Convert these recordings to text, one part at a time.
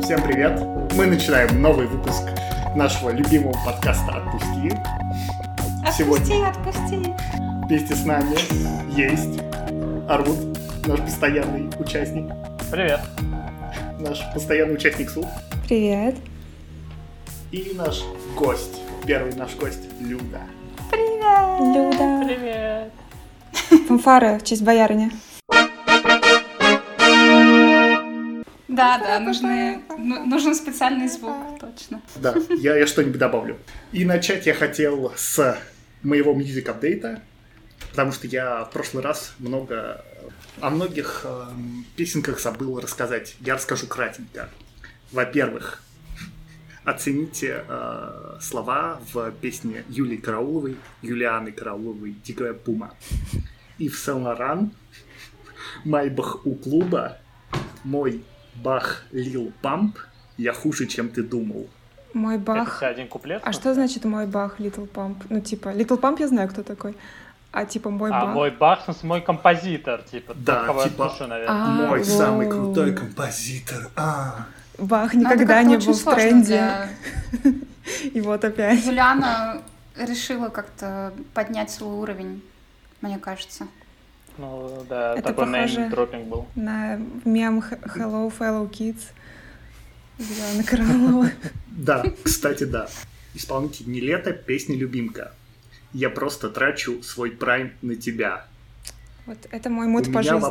Всем привет! Мы начинаем новый выпуск нашего любимого подкаста «Отпусти». Отпусти! Вместе с нами есть Арвуд, наш постоянный участник. Привет! Наш постоянный участник СУ. Привет! И наш гость, первый наш гость, Люда. Привет! Люда! Привет! Фанфары в честь боярыни. Да, нужен специальный звук, точно. Да, я что-нибудь добавлю. И начать я хотел с моего мьюзик-апдейта, потому что я в прошлый раз о многих песенках забыл рассказать. Я расскажу кратенько. Во-первых, оцените слова в песне Юлианы Карауловой «Дикая пума». И в Сен-Лоран «Майбах у клуба», мой бах Лил Памп, я хуже, чем ты думал. Мой бах. Это один куплет? А что значит мой бах, Little Pump? Ну, типа, Little Pump я знаю, кто такой. А типа мой бах. Мой бах, в смысле, мой композитор, типа. Да, типа, слушаю, наверное. мой самый крутой композитор. Бах никогда не был в тренде. И вот опять. Юлиана решила как-то поднять свой уровень, мне кажется. Ну да, Это такой похоже нейм-дроппинг был. На мем Hello Fellow Kids. Юлиана Караулова. Да, кстати, да. Исполнитель Нилетто, песня «Любимка». Я просто трачу свой прайм на тебя. Вот это мой мут по У жизни.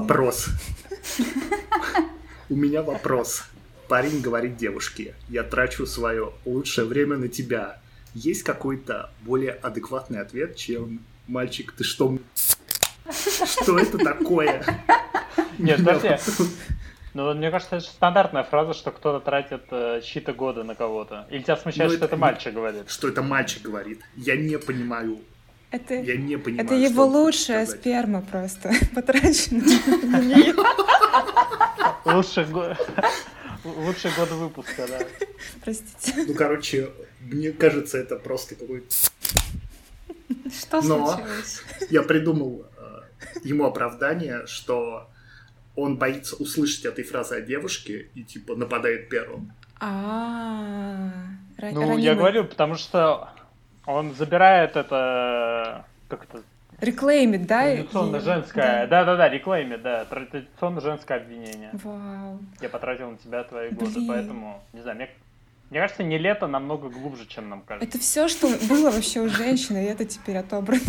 меня вопрос. Парень говорит девушке: я трачу свое лучшее время на тебя. Есть какой-то более адекватный ответ, чем «Мальчик, ты что?» Что это такое? Нет, подожди. Ну, мне кажется, это стандартная фраза, что кто-то тратит чьи-то годы на кого-то. Или тебя смущает, что это мальчик говорит? Что это мальчик говорит. Я не понимаю. Это что его он хочет лучшая сказать. сперма просто потрачена на нее. Лучший год выпуска, да. Простите. Ну, короче, мне кажется, это просто какой-то... Что случилось? Я придумал ему оправдание, что он боится услышать этой фразы о девушке и, типа, нападает первым. Ну, я говорю, потому что он забирает это... Как это? Реклеймит, да? Традиционно женское. Да, реклеймит, да. Традиционно женское обвинение. Вау. Я потратил на тебя твои годы, Блин. поэтому, не знаю, мне кажется, Нилетто намного глубже, чем нам кажется. Это все, что было вообще у женщины, и это теперь отобрано.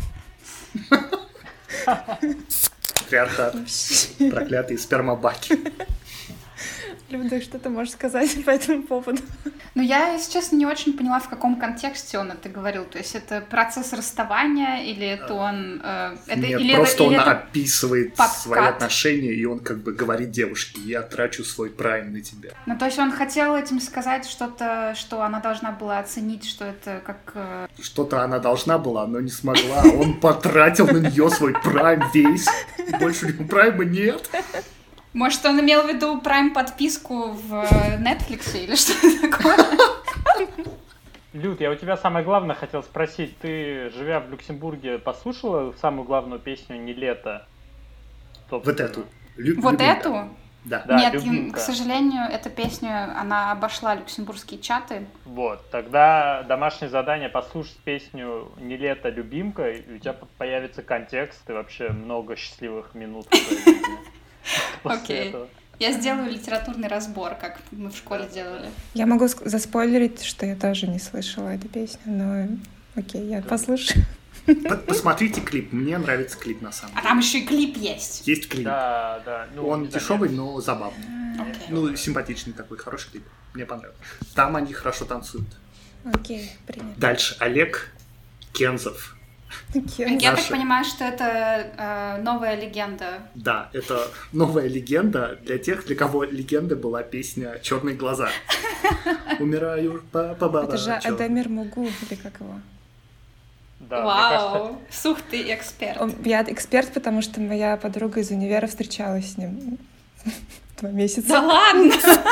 Патриархат. Проклятые спермобаки. Люда, что ты можешь сказать по этому поводу? Ну, я, если честно, не очень поняла, в каком контексте он это говорил. То есть это процесс расставания, или это он... Нет, просто он описывает свои отношения, и он как бы говорит девушке: я трачу свой прайм на тебя. Ну, то есть он хотел этим сказать что-то, что она должна была оценить, что это как... Что-то она должна была, но не смогла. Он потратил на нее свой прайм весь. Больше у него прайма нет. Может, он имел в виду прайм-подписку в Netflix или что-то такое? Люд, я у тебя самое главное хотел спросить. Ты, живя в Люксембурге, послушала самую главную песню Нилетто? Вот эту. Вот эту? Да. Нет, «Любимка». к сожалению, эта песня, она обошла люксембургские чаты. Вот, тогда домашнее задание — послушать песню Нилетто «Любимка», и у тебя появится контекст и вообще много счастливых минут в твоей жизни. Окей. Я сделаю литературный разбор, как мы в школе делали. Я могу заспойлерить, что я тоже не слышала эту песню, но окей, я послушаю. Посмотрите клип. Мне нравится клип, на самом А деле. там еще и клип есть. Есть клип. Да. Ну, Он дешевый, но забавный. Окей. Ну, симпатичный такой, хороший клип. Мне понравилось. Там они хорошо танцуют. Окей, принято. Дальше Олег Кензов. Я так понимаю, что это новая легенда. Да, это новая легенда для тех, для кого легендой была песня «Черные глаза». Умираю, папа. Это же Адамир Мугу, или как его? Да, Вау, сух ты эксперт. Я эксперт, потому что моя подруга из универа встречалась с ним 2 месяца. Да ладно!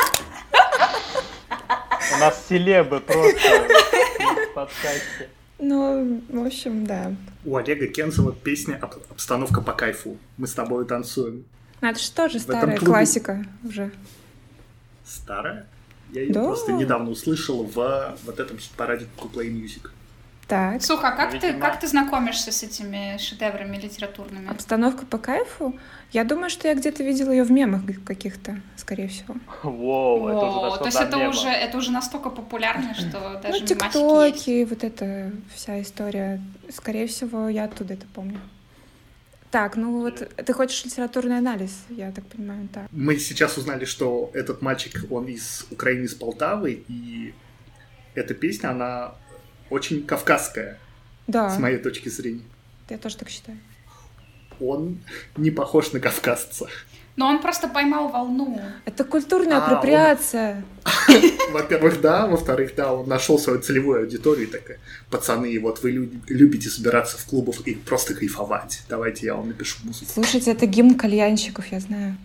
У нас селебы просто в подкасте. Ну, в общем, да. У Олега Кензова песня «Обстановка по кайфу». Мы с тобой танцуем. Ну, это же тоже В этом старая клубе. классика уже. Старая? Я ее Да. просто недавно услышал в вот этом хит-параде Play Music. Так, Слушай, а Видимо. как ты знакомишься с этими шедеврами литературными? обстановка по кайфу. Я думаю, что я где-то видела ее в мемах каких-то, скорее всего. Воу, это уже О, дошло то есть до это мема. это уже настолько популярно, что даже Ну, мемасики есть. тиктоки, вот эта вся история. Скорее всего, я оттуда это помню. Так, ну вот ты хочешь литературный анализ, я так понимаю, так. Мы сейчас узнали, что этот мальчик, он из Украины, из Полтавы, и эта песня, она очень кавказская, Да, с моей точки зрения. я тоже так считаю. Он не похож на кавказца. Но он просто поймал волну. Это культурная А, апроприация. Во-первых, да. Во-вторых, да, он нашел свою целевую аудиторию. Такая, пацаны, вот вы любите собираться в клубах и просто кайфовать. Давайте я вам напишу музыку. Слушайте, это гимн кальянщиков, я знаю.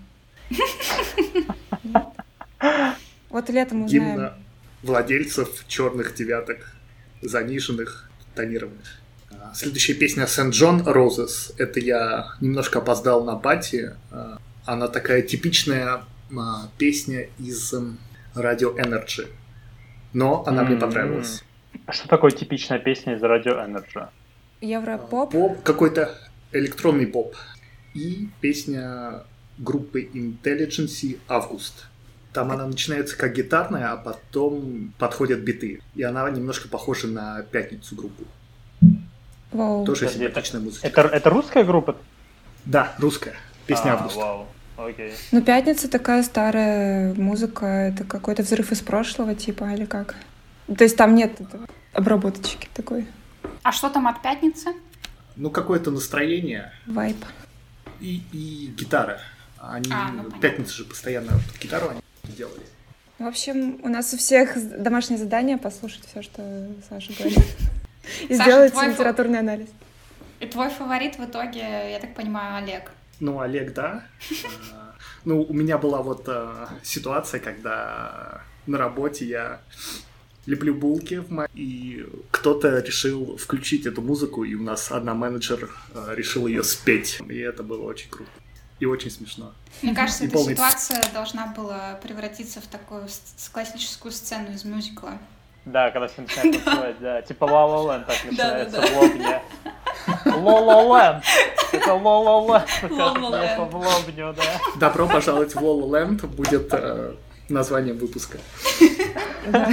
Вот летом узнаем. Гимна владельцев черных девяток, заниженных, тонированных. Следующая песня St. John Roses. Это я немножко опоздал на пати. Она такая типичная песня из Radio Energy. Но она мне понравилась. А что такое типичная песня из Radio Energy? Европоп. Поп, какой-то электронный поп. И песня группы Intelligence «Август». Там она начинается как гитарная, а потом подходят биты. И она немножко похожа на «Пятницу» группу. Вау. Тоже Подожди, симпатичная музыка. Это русская группа? Да, русская. Песня «Август». Вау, окей. Ну, «Пятница» такая старая музыка, это какой-то взрыв из прошлого, типа, или как? То есть там нет этого обработочки такой, А что там от пятницы? Ну, какое-то настроение вайп. и гитара. Они ну, понятно. «Пятница» же постоянно под гитару они делали. В общем, у нас у всех домашнее задание послушать все, что Саша говорит. И Саша, сделать твой литературный анализ. И твой фаворит в итоге, я так понимаю, Олег. Ну, Олег, да. Ну, у меня была вот ситуация, когда на работе я леплю булки, и кто-то решил включить эту музыку, и у нас одна менеджер решила ее спеть. И это было очень круто. И очень смешно. Мне кажется, И эта полный- ситуация должна была превратиться в такую классическую сцену из мюзикла. Да, когда все начинают танцевать, да. Типа La La Land так начинается Да. в лобне. La La Land. Это La La Land. La La Land. В лобню, да. Добро пожаловать в La La Land будет названием выпуска. Да.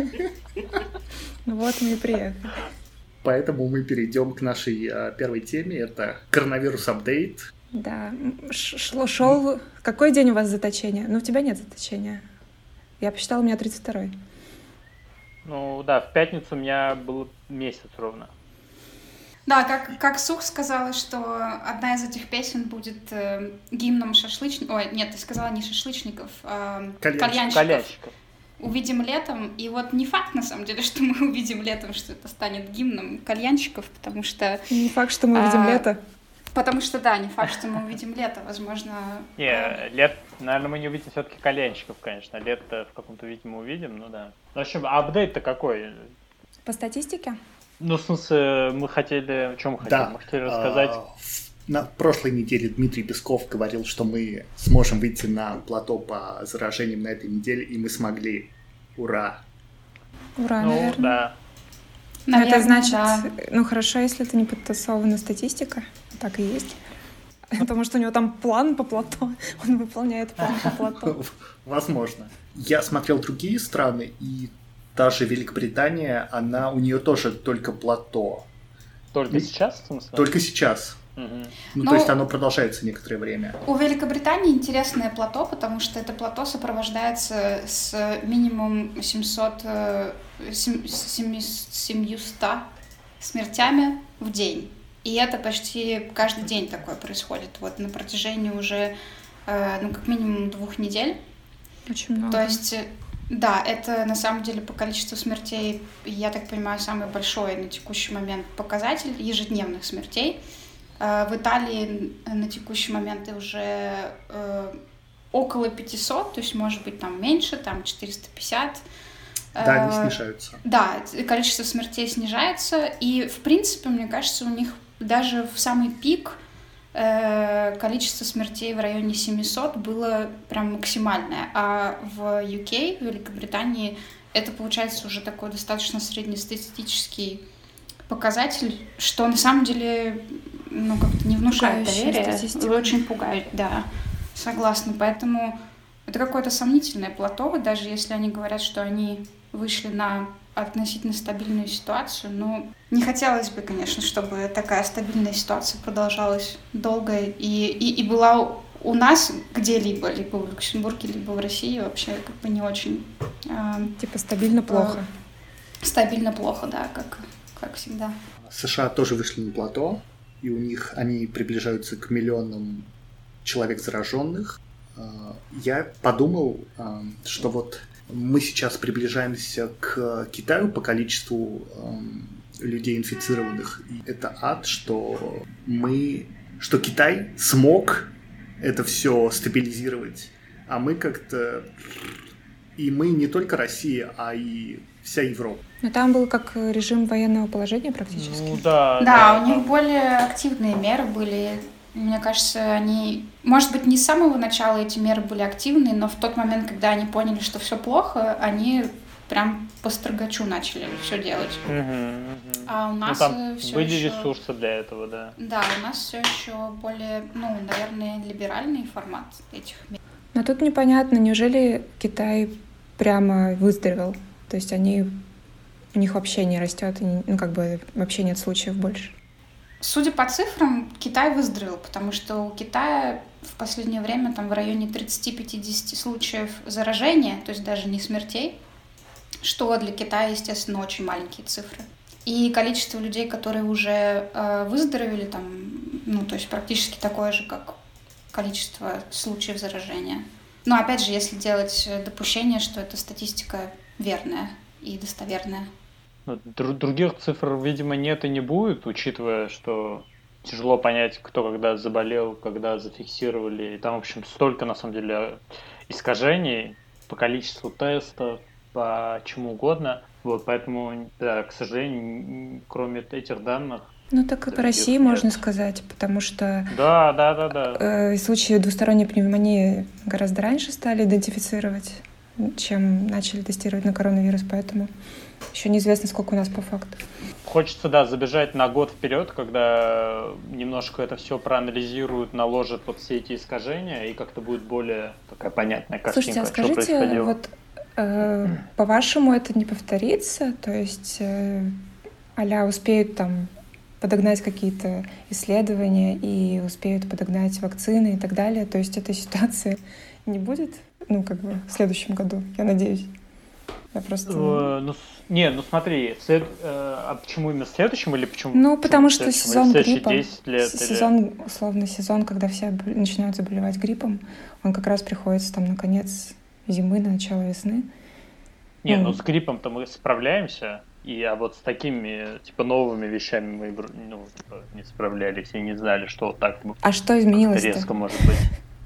Ну вот мы и приехали. Поэтому мы перейдем к нашей первой теме. Это коронавирус апдейт. Да. Шел. Какой день у вас заточения? Ну, у тебя нет заточения. Я посчитала, у меня 32-й. Ну да, в пятницу у меня был месяц ровно. Да, как Сух сказала, что одна из этих песен будет гимном шашлычников. Ой, нет, ты сказала не шашлычников, а кальянщиков. Кальянщиков. Увидим летом. И вот не факт, на самом деле, что мы увидим летом, что это станет гимном кальянщиков, потому что... Не факт, что мы увидим лето. Потому что, да, не факт, что мы увидим лето. Возможно... Не, лет, наверное, мы не увидим все-таки кальянщиков, конечно. Лето в каком-то виде мы увидим, ну да. В общем, апдейт-то какой? По статистике? Ну, в смысле, мы хотели... Что мы хотели? Да. Мы хотели рассказать... На прошлой неделе Дмитрий Песков говорил, что мы сможем выйти на плато по заражениям на этой неделе, и мы смогли. Ура! Ура, Ну, наверное. да. Наверное, Это значит, да. ну хорошо, если это не подтасована статистика, так и есть. Потому что у него там план по плато, он выполняет план по плато. Возможно. Я смотрел другие страны, и та же Великобритания, у нее тоже только плато. Только сейчас, в смысле? Только сейчас. Мгм. Ну, Ну, то есть оно продолжается некоторое время. У Великобритании интересное плато, потому что это плато сопровождается с минимум 700 смертями в день. И это почти каждый день такое происходит. Вот на протяжении уже, ну, как минимум 2 недель. Очень много. То есть, да, это на самом деле по количеству смертей, я так понимаю, самый большой на текущий момент показатель ежедневных смертей. В Италии на текущий момент уже около 500, то есть, может быть, там меньше, там 450. Да, они снижаются. Да, количество смертей снижается, и, в принципе, мне кажется, у них даже в самый пик количество смертей в районе 700 было прям максимальное, а в UK, в Великобритании, это получается уже такой достаточно среднестатистический показатель, что на самом деле, ну, как-то не внушает доверия. Очень пугает, да, согласна. Поэтому это какое-то сомнительное плато, даже если они говорят, что они вышли на относительно стабильную ситуацию. Но не хотелось бы, конечно, чтобы такая стабильная ситуация продолжалась долго и была у нас где-либо, либо в Люксембурге, либо в России вообще как бы не очень... Типа стабильно плохо. Стабильно плохо, да, как всегда. США тоже вышли на плато, и у них они приближаются к миллионам человек зараженных. Я подумал, что вот мы сейчас приближаемся к Китаю по количеству людей инфицированных. И это ад, что Китай смог это все стабилизировать, а мы как-то... И мы не только Россия, а и вся Европа. Но там был как режим военного положения практически. Ну, да. Да, у них более активные меры были. Мне кажется, они... Может быть, не с самого начала эти меры были активны, но в тот момент, когда они поняли, что все плохо, они прям по строгачу начали все делать. А у нас там все были еще... ресурсы для этого, да. Да, у нас все еще более, наверное, либеральный формат этих мер. Но тут непонятно, неужели Китай прямо выздоровел? То есть у них вообще не растет, вообще нет случаев больше. Судя по цифрам, Китай выздоровел, потому что у Китая в последнее время там в районе 30-50 случаев заражения, то есть даже не смертей, что для Китая, естественно, очень маленькие цифры. И количество людей, которые уже выздоровели, то есть практически такое же, как количество случаев заражения. Но опять же, если делать допущение, что эта статистика верная и достоверная. Других цифр, видимо, нет и не будет, учитывая, что тяжело понять, кто когда заболел, когда зафиксировали. И там, в общем, столько, на самом деле, искажений по количеству тестов, по чему угодно. Вот, поэтому, да, к сожалению, кроме этих данных... Так и по России нет. Можно сказать, потому что Да. Случаи двусторонней пневмонии гораздо раньше стали идентифицировать, чем начали тестировать на коронавирус, поэтому еще неизвестно, сколько у нас по факту. Хочется, да, забежать на год вперед, когда немножко это все проанализируют, наложат вот все эти искажения, и как-то будет более такая понятная картинка, Слушайте, а скажите, что происходило. По-вашему, это не повторится? То есть а-ля успеют там подогнать какие-то исследования и успеют подогнать вакцины и так далее? То есть этой ситуации не будет, в следующем году, я надеюсь? Я просто... смотри, а почему именно в следующем или почему? Потому что сезон гриппа, 10 лет, условный сезон, когда все начинают заболевать гриппом, он как раз приходится там на конец зимы, на начало весны. С гриппом-то мы справляемся, а вот с такими, новыми вещами мы, не справлялись и не знали, что вот так А что изменилось-то? резко может быть.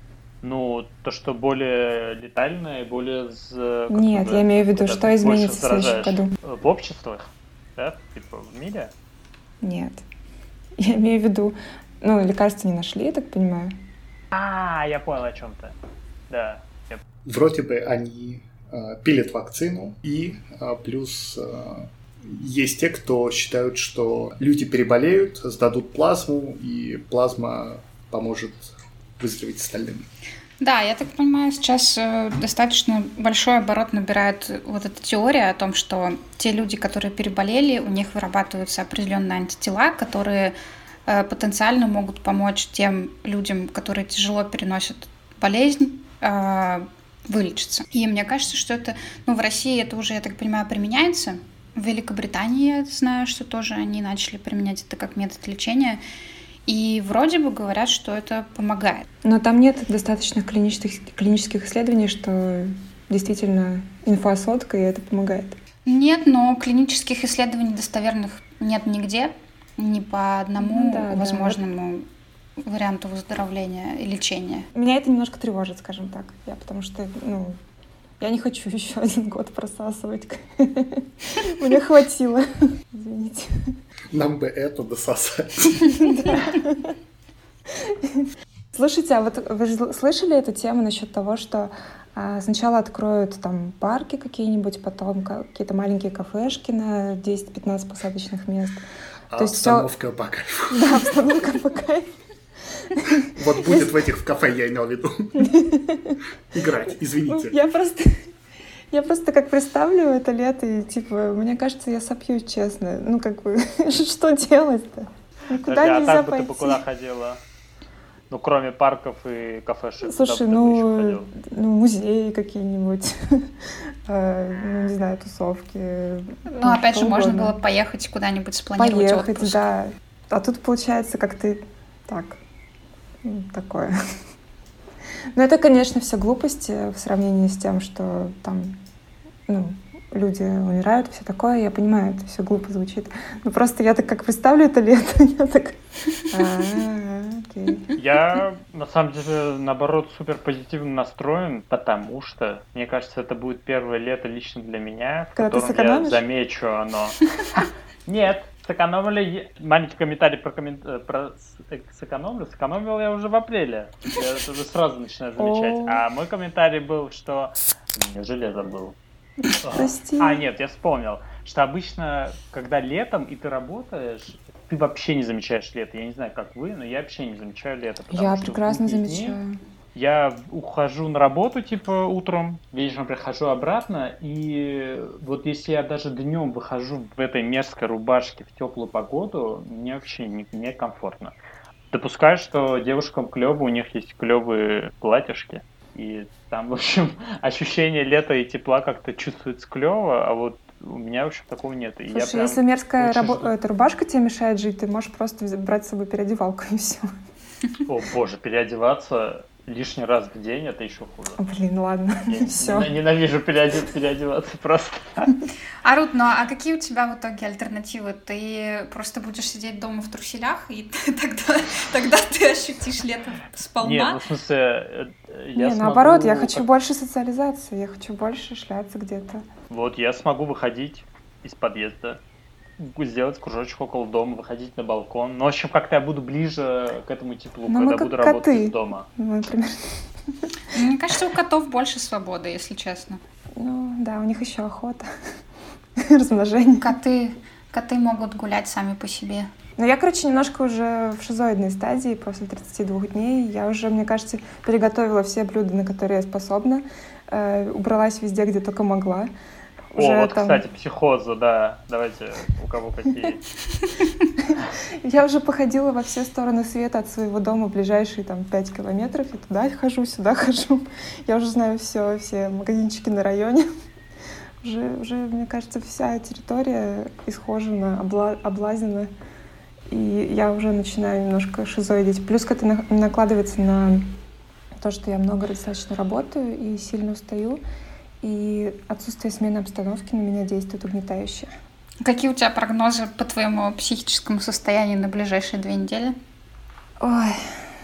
То, что более летально и более... Нет, я имею в виду, что изменится в следующем году. В обществах, да? В мире? Нет. Я имею в виду... лекарства не нашли, я так понимаю. Я понял о чем-то. Да. Вроде бы они пилят вакцину, и плюс есть те, кто считают, что люди переболеют, сдадут плазму, и плазма поможет выздороветь остальным. Да, я так понимаю, сейчас достаточно большой оборот набирает вот эта теория о том, что те люди, которые переболели, у них вырабатываются определенные антитела, которые потенциально могут помочь тем людям, которые тяжело переносят болезнь, вылечиться. И мне кажется, что это, в России это уже, я так понимаю, применяется. В Великобритании я знаю, что тоже они начали применять это как метод лечения. И вроде бы говорят, что это помогает. Но там нет достаточных клинических исследований, что действительно инфосотка, и это помогает. Нет, но клинических исследований достоверных нет нигде. Ни по одному возможному варианту выздоровления и лечения. Меня это немножко тревожит, скажем так. Потому что, я не хочу еще 1 год просасывать. Мне хватило. Извините. Нам бы это дососать. Слушайте, а вот вы же слышали эту тему насчет того, что сначала откроют там парки какие-нибудь, потом какие-то маленькие кафешки на 10-15 посадочных мест. То есть обстановка по кайфу. Да, обстановка по кайфу. Вот будет в этих кафе, я имел в виду. Играть, извините. Я просто как представлю это лето, и типа, мне кажется, я сопьюсь, честно. Ну, как бы, что делать-то? Никуда нельзя пойти. Ты бы куда ходила? Ну, кроме парков и кафешек. Слушай, ну, музеи какие-нибудь, ну, не знаю, тусовки. Ну, опять же, можно было поехать куда-нибудь, спланировать отпуск. Поехать, да. А тут получается как-то так, такое. Но это, конечно, все глупости в сравнении с тем, что там, ну, люди умирают, все такое. Я понимаю, это все глупо звучит. Но просто я так как представлю это лето, я так... Окей. Я, на самом деле, наоборот, супер позитивно настроен, потому что, мне кажется, это будет первое лето лично для меня, в котором я замечу оно. Нет, сэкономили... Маленький комментарий про сэкономлю. Сэкономил я уже в апреле. Я это уже сразу начинаю замечать. А мой комментарий был, что... Неужели я забыл? Прости. Нет, я вспомнил, что обычно, когда летом и ты работаешь, ты вообще не замечаешь лето. Я не знаю, как вы, но я вообще не замечаю лето. Я прекрасно замечаю. Я ухожу на работу, типа, утром, вечером прихожу обратно, и вот если я даже днем выхожу в этой мерзкой рубашке в теплую погоду, мне вообще не комфортно. Допускаю, что девушкам клево, у них есть клевые платьишки, и там, в общем, ощущение лета и тепла как-то чувствуется клево, а вот у меня, в общем, такого нет. И слушай, если мерзкая эта рубашка тебе мешает жить, ты можешь просто брать с собой переодевалку и все. О боже, переодеваться лишний раз в день, это еще хуже. Блин, ладно, все. Ненавижу переодеваться просто. Арут, ну а какие у тебя в итоге альтернативы? Ты просто будешь сидеть дома в труселях, и тогда ты ощутишь лето сполна? Нет, ну в смысле, наоборот, я хочу больше социализации, я хочу больше шляться где-то. Вот, я смогу выходить из подъезда, сделать кружочек около дома, выходить на балкон. Ну, в общем, как-то я буду ближе к этому теплу, когда буду работать из дома. Мы примерно. Мне кажется, у котов больше свободы, если честно. Ну, да, у них еще охота, размножение. Коты могут гулять сами по себе. Ну, я, короче, немножко уже в шизоидной стадии после 32 дней. Я уже, мне кажется, переготовила все блюда, на которые я способна. Убралась везде, где только могла. Уже вот, там... кстати, психоза, да. Давайте, у кого какие. Я уже походила во все стороны света от своего дома, ближайшие там 5 километров. Я туда хожу, сюда хожу. Я уже знаю все магазинчики на районе. Уже, мне кажется, вся территория исхожена, облазена. И я уже начинаю немножко шизоидить. Плюс это накладывается на то, что я много достаточно работаю и сильно устаю. И отсутствие смены обстановки на меня действует угнетающе. Какие у тебя прогнозы по твоему психическому состоянию на ближайшие 2 недели? Ой,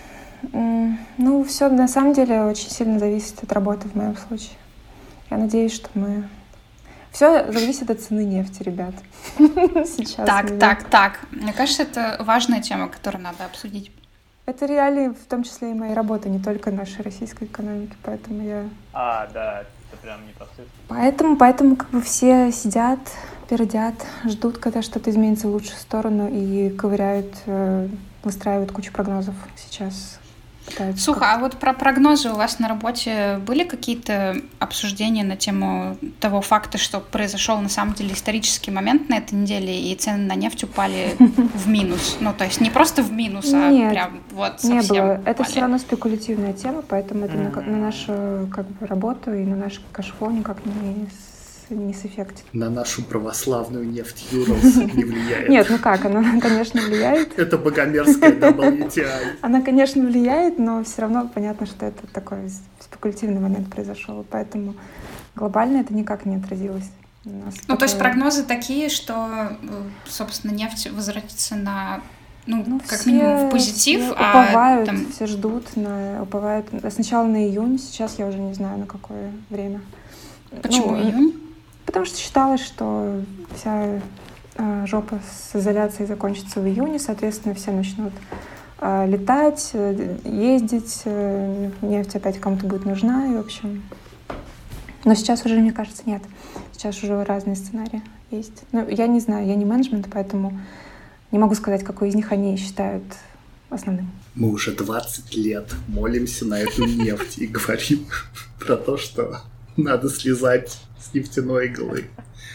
ну все на самом деле очень сильно зависит от работы в моем случае. Я надеюсь, что мы... Все зависит от цены нефти, ребят. Сейчас. Так. Мне кажется, это важная тема, которую надо обсудить. Это реалии, в том числе и моей работы, не только нашей российской экономики, поэтому я... Да, это прям непосредственно. Поэтому как бы все сидят, пердят, ждут, когда что-то изменится в лучшую сторону и ковыряют, выстраивают кучу прогнозов сейчас. Слушай, а вот про прогнозы у вас на работе были какие-то обсуждения на тему того факта, что произошел на самом деле исторический момент на этой неделе, и цены на нефть упали в минус? Ну, то есть не просто в минус, а прям вот совсем не было. Это упали. все равно спекулятивная тема, поэтому это на нашу как бы работу и на наш кэшфлоу никак не сэффектит. На нашу православную нефть Юралс не влияет. Нет, ну как, она, конечно, влияет. Это богомерзкая WTI. Она, конечно, влияет, но все равно понятно, что это такой спекулятивный момент произошел, поэтому глобально это никак не отразилось на нас. Ну, то есть прогнозы такие, что, собственно, нефть возвратится на... Ну, как минимум в позитив. Все уповают, все ждут, уповают сначала на июнь, сейчас я уже не знаю, на какое время. Почему июнь? Потому что считалось, что вся жопа с изоляцией закончится в июне, соответственно, все начнут летать, ездить, нефть опять кому-то будет нужна, и, в общем... Но сейчас уже, мне кажется, нет. Сейчас уже разные сценарии есть. Ну, я не знаю, я не менеджмент, поэтому не могу сказать, какой из них они считают основным. Мы уже 20 лет молимся на эту нефть и говорим про то, что надо слезать с нефтяной иглы.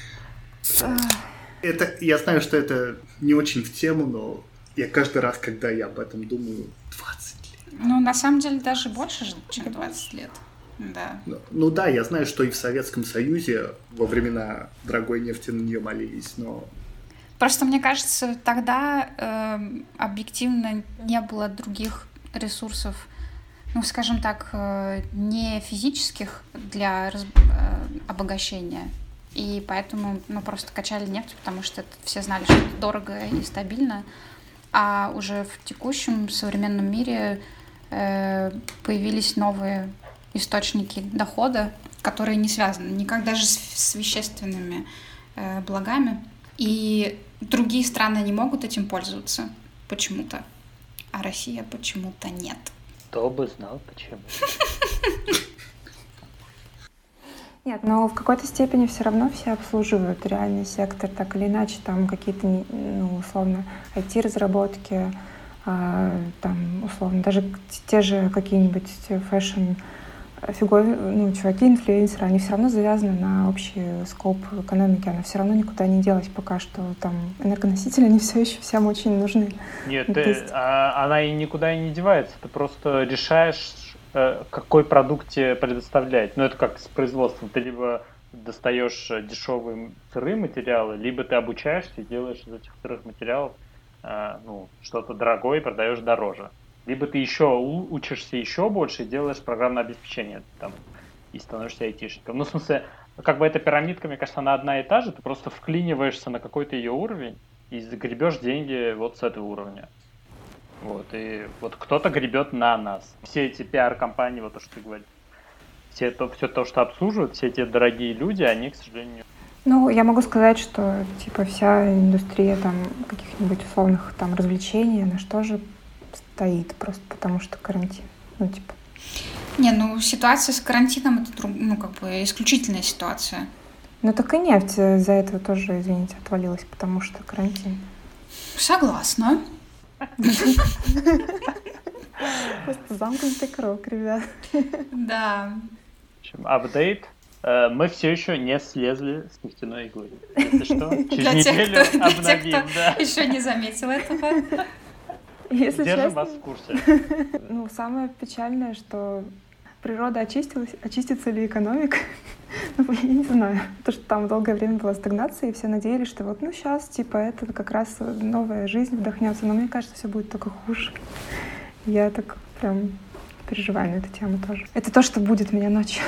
Это, я знаю, что это не очень в тему, но я каждый раз, когда я об этом думаю, 20 лет. Ну, на самом деле, даже больше, чем 20 лет. Да. Ну да, я знаю, что и в Советском Союзе во времена дорогой нефти на нее молились, но... Просто, мне кажется, тогда объективно не было других ресурсов, ну, скажем так, не физических для обогащения. И поэтому, ну, просто качали нефть, потому что все знали, что это дорого и стабильно. А уже в текущем современном мире появились новые источники дохода, которые не связаны никак даже с вещественными благами. И другие страны не могут этим пользоваться почему-то, а Россия почему-то нет. Кто бы знал, почему. Нет, но в какой-то степени все равно все обслуживают реальный сектор, так или иначе, там какие-то, ну, условно, IT-разработки, там, условно, даже те же какие-нибудь фэшн ну, чуваки, инфлюенсеры, они все равно завязаны на общий скоп экономики, она все равно никуда не делась пока что, там, энергоносители, они все еще всем очень нужны. Нет, она и никуда и не девается, ты просто решаешь, какой продукт тебе предоставлять. Ну, это как с производством. Ты либо достаешь дешевые сырые материалы, либо ты обучаешься и делаешь из этих сырых материалов что-то дорогое и продаешь дороже. Либо ты еще учишься еще больше и делаешь программное обеспечение там, и становишься айтишником. Ну, в смысле, как бы эта пирамидка, мне кажется, она одна и та же, ты просто вклиниваешься на какой-то ее уровень и загребешь деньги вот с этого уровня. Вот, и вот кто-то гребет на нас. Все эти пиар-компании, вот то, что ты говоришь, все то, что обслуживают, все эти дорогие люди, они, к сожалению... Ну, я могу сказать, что, типа, вся индустрия там каких-нибудь условных там развлечений, она что же стоит просто потому, что карантин. Ну, типа... Не, ну, ситуация с карантином — это, ну, как бы исключительная ситуация. Ну, так и нефть из-за этого тоже, извините, отвалилась, потому что карантин. Согласна. Просто замкнутый круг, ребят. Да. В общем, апдейт. Мы все еще не слезли с нефтяной иглы. Если что, через неделю обновим. Для тех, кто еще не заметил этого. Если Держим честно, вас в курсе. Ну, самое печальное, что природа очистилась, очистится ли экономика, ну, я не знаю. Потому что там долгое время была стагнация, и все надеялись, что вот, ну, сейчас, типа, это как раз новая жизнь вдохнется. Но мне кажется, все будет только хуже. Я так прям переживаю на эту тему тоже. Это то, что будет меня ночью.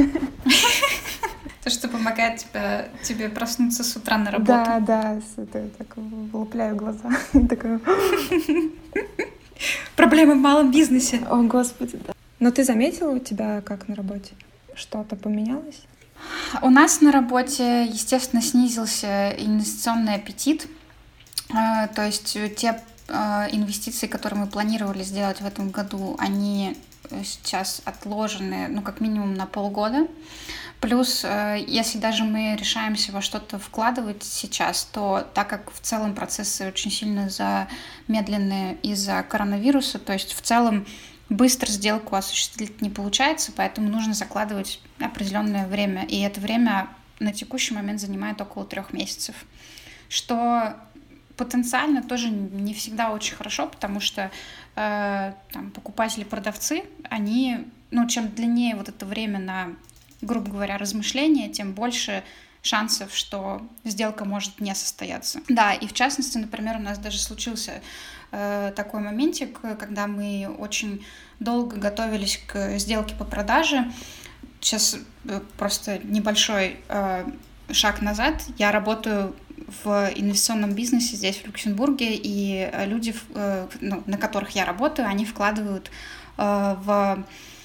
То, что помогает тебе проснуться с утра на работу. Да, это так вылупляю глаза. Такая... Проблемы в малом бизнесе. О, Господи, да. Но ты заметила у тебя, как на работе? Что-то поменялось? У нас на работе, естественно, снизился инвестиционный аппетит. То есть те инвестиции, которые мы планировали сделать в этом году, они сейчас отложены, ну, как минимум на полгода. Плюс, если даже мы решаемся во что-то вкладывать сейчас, то так как в целом процессы очень сильно замедлены из-за коронавируса, то есть в целом быстро сделку осуществить не получается, поэтому нужно закладывать определенное время. И это время на текущий момент занимает около 3 месяцев, что потенциально тоже не всегда очень хорошо, потому что там, покупатели-продавцы, они, ну, чем длиннее вот это время на, грубо говоря, размышления, тем больше шансов, что сделка может не состояться. Да, и в частности, например, у нас даже случился такой моментик, когда мы очень долго готовились к сделке по продаже. Сейчас просто небольшой шаг назад. Я работаю в инвестиционном бизнесе здесь, в Люксембурге, и люди, на которых я работаю, они вкладывают в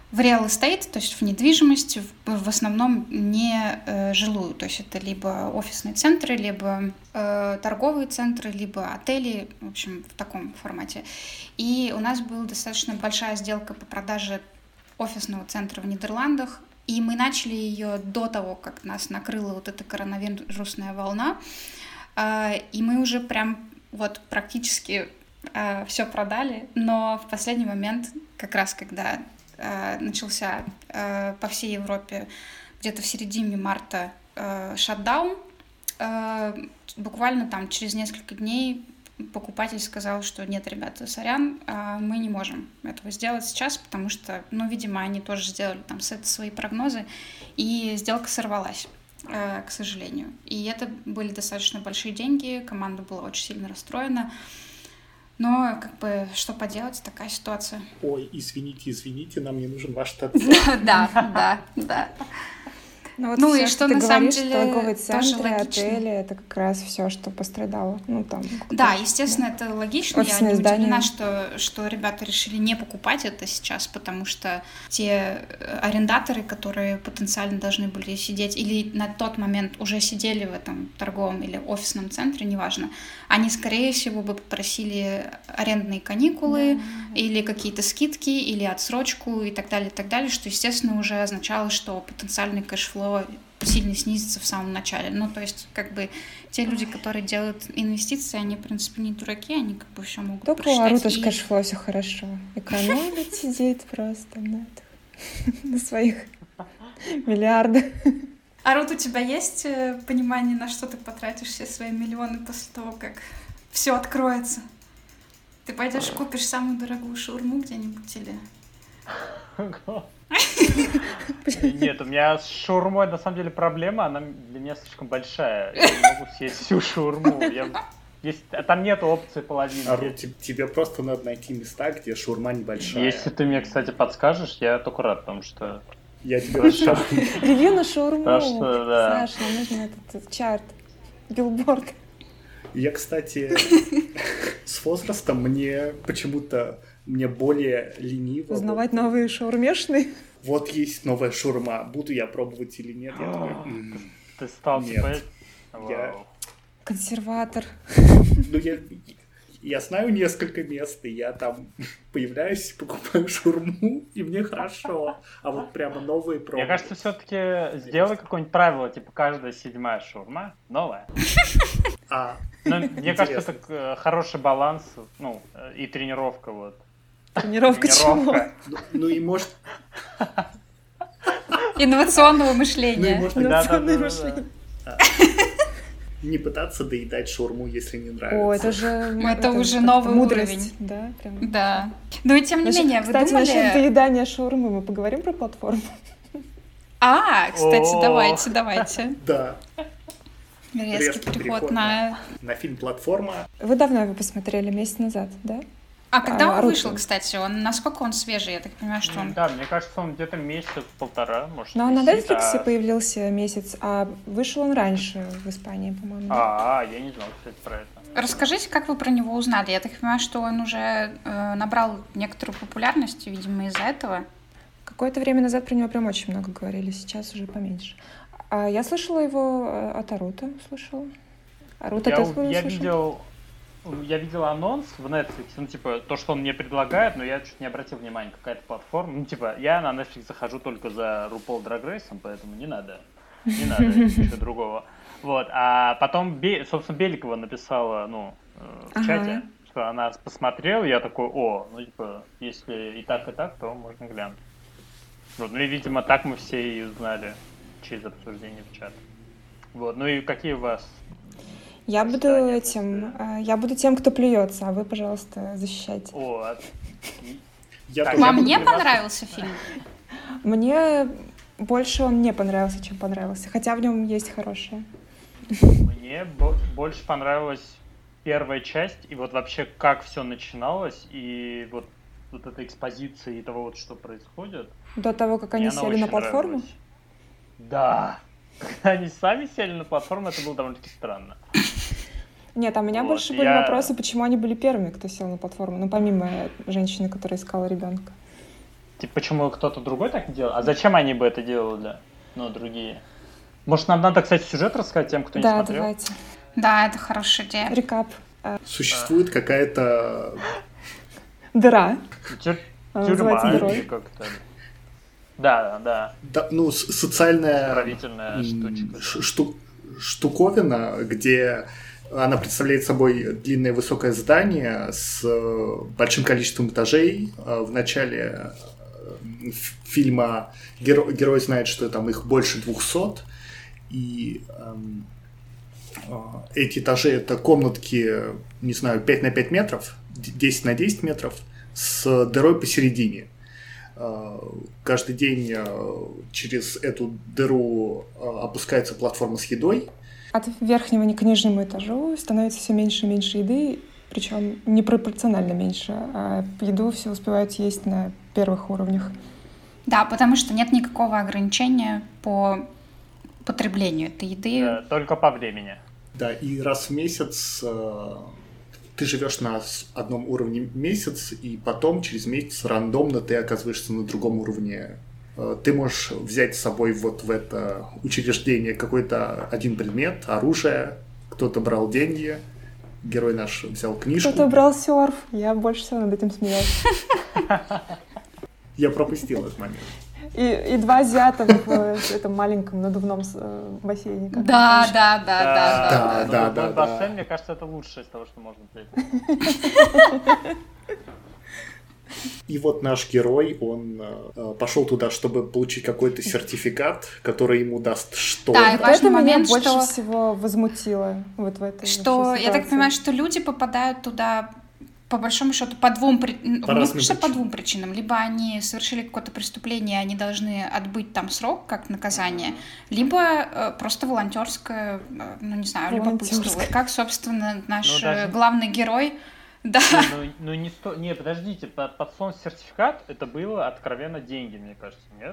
в real estate, то есть в недвижимость, в основном не жилую. То есть это либо офисные центры, либо торговые центры, либо отели, в общем, в таком формате. И у нас была достаточно большая сделка по продаже офисного центра в Нидерландах, и мы начали ее до того, как нас накрыла вот эта коронавирусная волна, и мы уже прям вот практически все продали, но в последний момент, как раз когда начался по всей Европе где-то в середине марта шатдаун, буквально там через несколько дней покупатель сказал, что нет, ребята, сорян, мы не можем этого сделать сейчас, потому что, ну, видимо, они тоже сделали там свои прогнозы, и сделка сорвалась, к сожалению. И это были достаточно большие деньги, команда была очень сильно расстроена, но, как бы, что поделать, такая ситуация. Ой, извините, нам не нужен ваш штат. Да. Ну и что на самом деле торговые центры, отели, это как раз все, что пострадало. Ну, там, да, естественно, это логично. Офисные Я не удивлена, здания. что ребята решили не покупать это сейчас, потому что те арендаторы, которые потенциально должны были сидеть или на тот момент уже сидели в этом торговом или офисном центре, неважно, они, скорее всего, бы попросили арендные каникулы или какие-то скидки, или отсрочку и так далее, что, естественно, уже означало, что потенциальный кэшфлоу сильно снизится в самом начале. Ну, то есть, как бы, те люди, которые делают инвестиции, они, в принципе, не дураки, они, как бы, все могут только просчитать. Только у Арута кэшфлоу все хорошо. Экономит, сидит просто на своих миллиардах. Арут, у тебя есть понимание, на что ты потратишь все свои миллионы после того, как все откроется? Ты пойдешь купишь самую дорогую шаурму где-нибудь или... Нет, у меня с шаурмой на самом деле проблема, она для меня слишком большая. Я не могу съесть всю шаурму. Там нет опции половины. Ару, тебе просто надо найти места, где шаурма небольшая. Если ты мне, кстати, подскажешь, я только рад, потому что... Я тебе расскажу. Ревью на шаурму. Да. Саша, нам нужен этот чарт, билборд. Я, кстати, с возрастом мне почему-то более лениво. Узнавать новые шаурмешные. Вот есть новая шаурма. Буду я пробовать или нет? Я такой, ты стал нет. Консерватор. Ну, я знаю несколько мест, и я там появляюсь, покупаю шаурму, и мне хорошо. А вот прямо новые пробы. Мне кажется, все-таки сделай какое-нибудь правило, типа каждая 7-я шаурма новая. Мне кажется, это хороший баланс, ну, и тренировка, вот. Тренировка чего? Ну и может... Инновационного мышления. Инновационное мышление. Не пытаться доедать шаурму, если не нравится. О, это уже новый мудрость, уровень. Да, прям. Да. Ну и тем не менее, вы кстати, думали... насчет доедания шаурмы мы поговорим про платформу? Кстати, давайте. Да. Резкий переход на фильм «Платформа». Вы давно его посмотрели, месяц назад, да? А когда он вышел, кстати? Насколько он свежий? Я так понимаю, что он... Да, мне кажется, он где-то месяц-полтора, может. Но он на Netflix появился месяц, а вышел он раньше в Испании, по-моему. Я не знал, кстати, про это. Расскажите, как вы про него узнали? Я так понимаю, что он уже набрал некоторую популярность, видимо, из-за этого. Какое-то время назад про него прям очень много говорили, сейчас уже поменьше. А я слышала его от Арута, слышала. Арута тоже слышал? Я видел анонс в Netflix, ну, типа, то, что он мне предлагает, но я чуть не обратил внимания, какая-то платформа. Ну, типа, я на Netflix захожу только за RuPaul Drag Race, поэтому не надо ничего другого. Вот, а потом, собственно, Беликова написала, ну, в чате, что она посмотрела, и я такой, ну, типа, если и так, то можно глянуть. Вот, ну, и, видимо, так мы все и узнали через обсуждение в чат. Вот, ну, и какие у вас... Я буду тем, кто плюется, а вы, пожалуйста, защищайте. Вам не понравился фильм? Мне больше он не понравился, чем понравился, хотя в нем есть хорошее. Мне больше понравилась первая часть, и вот вообще как все начиналось, и вот эта экспозиция и того, вот, что происходит. До того, как они сели на платформу? Нравилась. Да. Когда они сами сели на платформу, это было довольно-таки странно. Нет, а у меня больше были вопросы, почему они были первыми, кто сел на платформу, ну, помимо женщины, которая искала ребенка. Типа, почему кто-то другой так не делал? А зачем они бы это делали, ну, другие? Может, нам надо, кстати, сюжет рассказать тем, кто не смотрел? Да, давайте. Да, это хорошая идея. Рекап. Существует какая-то... Дыра. Тюрьма называется или «Герой». как-то. Да. Ну, социальная Исправительная штуковина, где она представляет собой длинное высокое здание с большим количеством этажей. В начале фильма герой знает, что там их больше 200, и эти этажи — это комнатки, не знаю, 5 на 5 метров, 10 на 10 метров, с дырой посередине. Каждый день через эту дыру опускается платформа с едой. От верхнего к нижнему этажу становится все меньше и меньше еды, причем непропорционально меньше, а еду все успевают есть на первых уровнях. Да, потому что нет никакого ограничения по потреблению этой еды. Да, только по времени. Да, и раз в месяц ты живешь на одном уровне месяц, и потом через месяц рандомно ты оказываешься на другом уровне. Ты можешь взять с собой вот в это учреждение какой-то один предмет, оружие, кто-то брал деньги, герой наш взял книжку. Кто-то брал серф, я больше всего над этим смеялась. Я пропустил этот момент. И 2 азиата в этом маленьком надувном бассейне. Да. Да. Бассейн, мне кажется, это лучшее из того, что можно придумать. И вот наш герой, он пошел туда, чтобы получить какой-то сертификат, который ему даст что-то. Да, и важный момент, меня что... больше всего возмутило вот в этой Что, я так понимаю, что люди попадают туда по большому счету по двум причинам. Либо они совершили какое-то преступление, они должны отбыть там срок как наказание, либо просто волонтерское, ну не знаю, любопытство. Вот как, собственно, наш главный герой. Да. Не, подождите, под словом сертификат это было откровенно деньги, мне кажется, нет?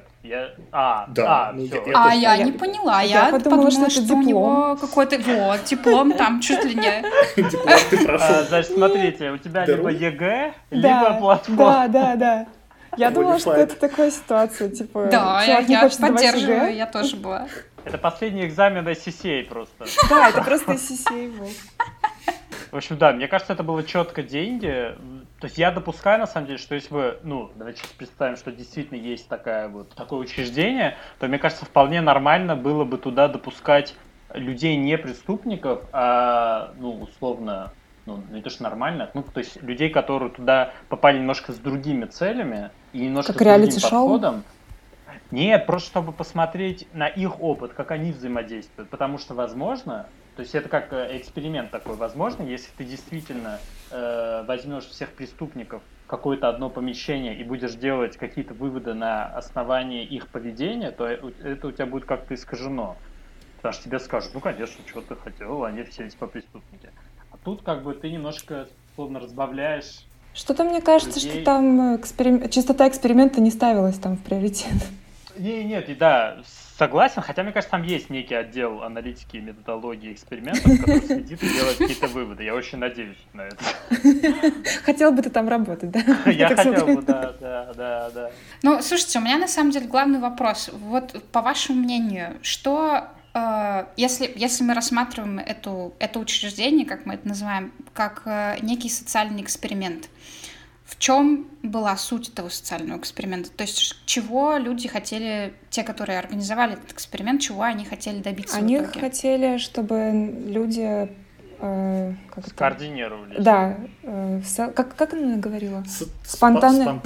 Я не поняла, я подумала, что у него какой-то диплом там чуть ли не. Диплом ты прошел. Значит, смотрите, у тебя либо ЕГЭ, либо платформа. Да. Я думала, что это такая ситуация, типа. Да, я поддерживаю, я тоже была. Это последний экзамен SCCA просто. Да, это просто SCCA был. В общем, да, мне кажется, это было четко деньги. То есть я допускаю, на самом деле, что если бы, давайте сейчас представим, что действительно есть такое учреждение, то, мне кажется, вполне нормально было бы туда допускать людей не преступников, а, условно, не то, что нормально, то есть людей, которые туда попали немножко с другими целями и немножко как с другим реалити-шоу? подходом. Нет, просто чтобы посмотреть на их опыт, как они взаимодействуют, потому что, возможно, то есть это как эксперимент такой, возможно, если ты действительно возьмешь всех преступников в какое-то одно помещение и будешь делать какие-то выводы на основании их поведения, то это у тебя будет как-то искажено. Потому что тебе скажут, конечно, что ты хотел, они все типа преступники. А тут как бы ты немножко словно разбавляешь. Что-то мне кажется, людей. Что там чистота эксперимента не ставилась там в приоритет. Нет, согласен, хотя, мне кажется, там есть некий отдел аналитики, методологии, экспериментов, который следит и делает какие-то выводы. Я очень надеюсь на это. Хотел бы ты там работать, да? Я хотел бы, да. Слушайте, у меня на самом деле главный вопрос. Вот по вашему мнению, что, если мы рассматриваем это учреждение, как мы это называем, как некий социальный эксперимент, в чем была суть этого социального эксперимента? То есть чего люди хотели, те, которые организовали этот эксперимент, чего они хотели добиться Они в итоге? хотели, чтобы люди... скоординировались. Да. Как она говорила? Спонтанная.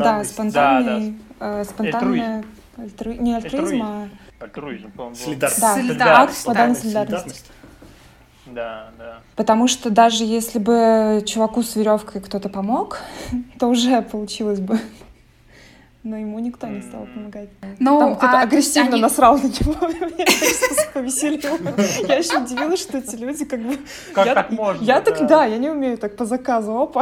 Спонтанная... Не альтруизм, а... Альтруизм, по-моему. Солидарность. Да. Потому что даже если бы чуваку с веревкой кто-то помог, то уже получилось бы. Но ему никто не стал помогать. Там кто-то агрессивно насрал на него. Меня это повеселило. Я еще удивилась, что эти люди как бы... Как так можно? Я не умею так по заказу. Опа.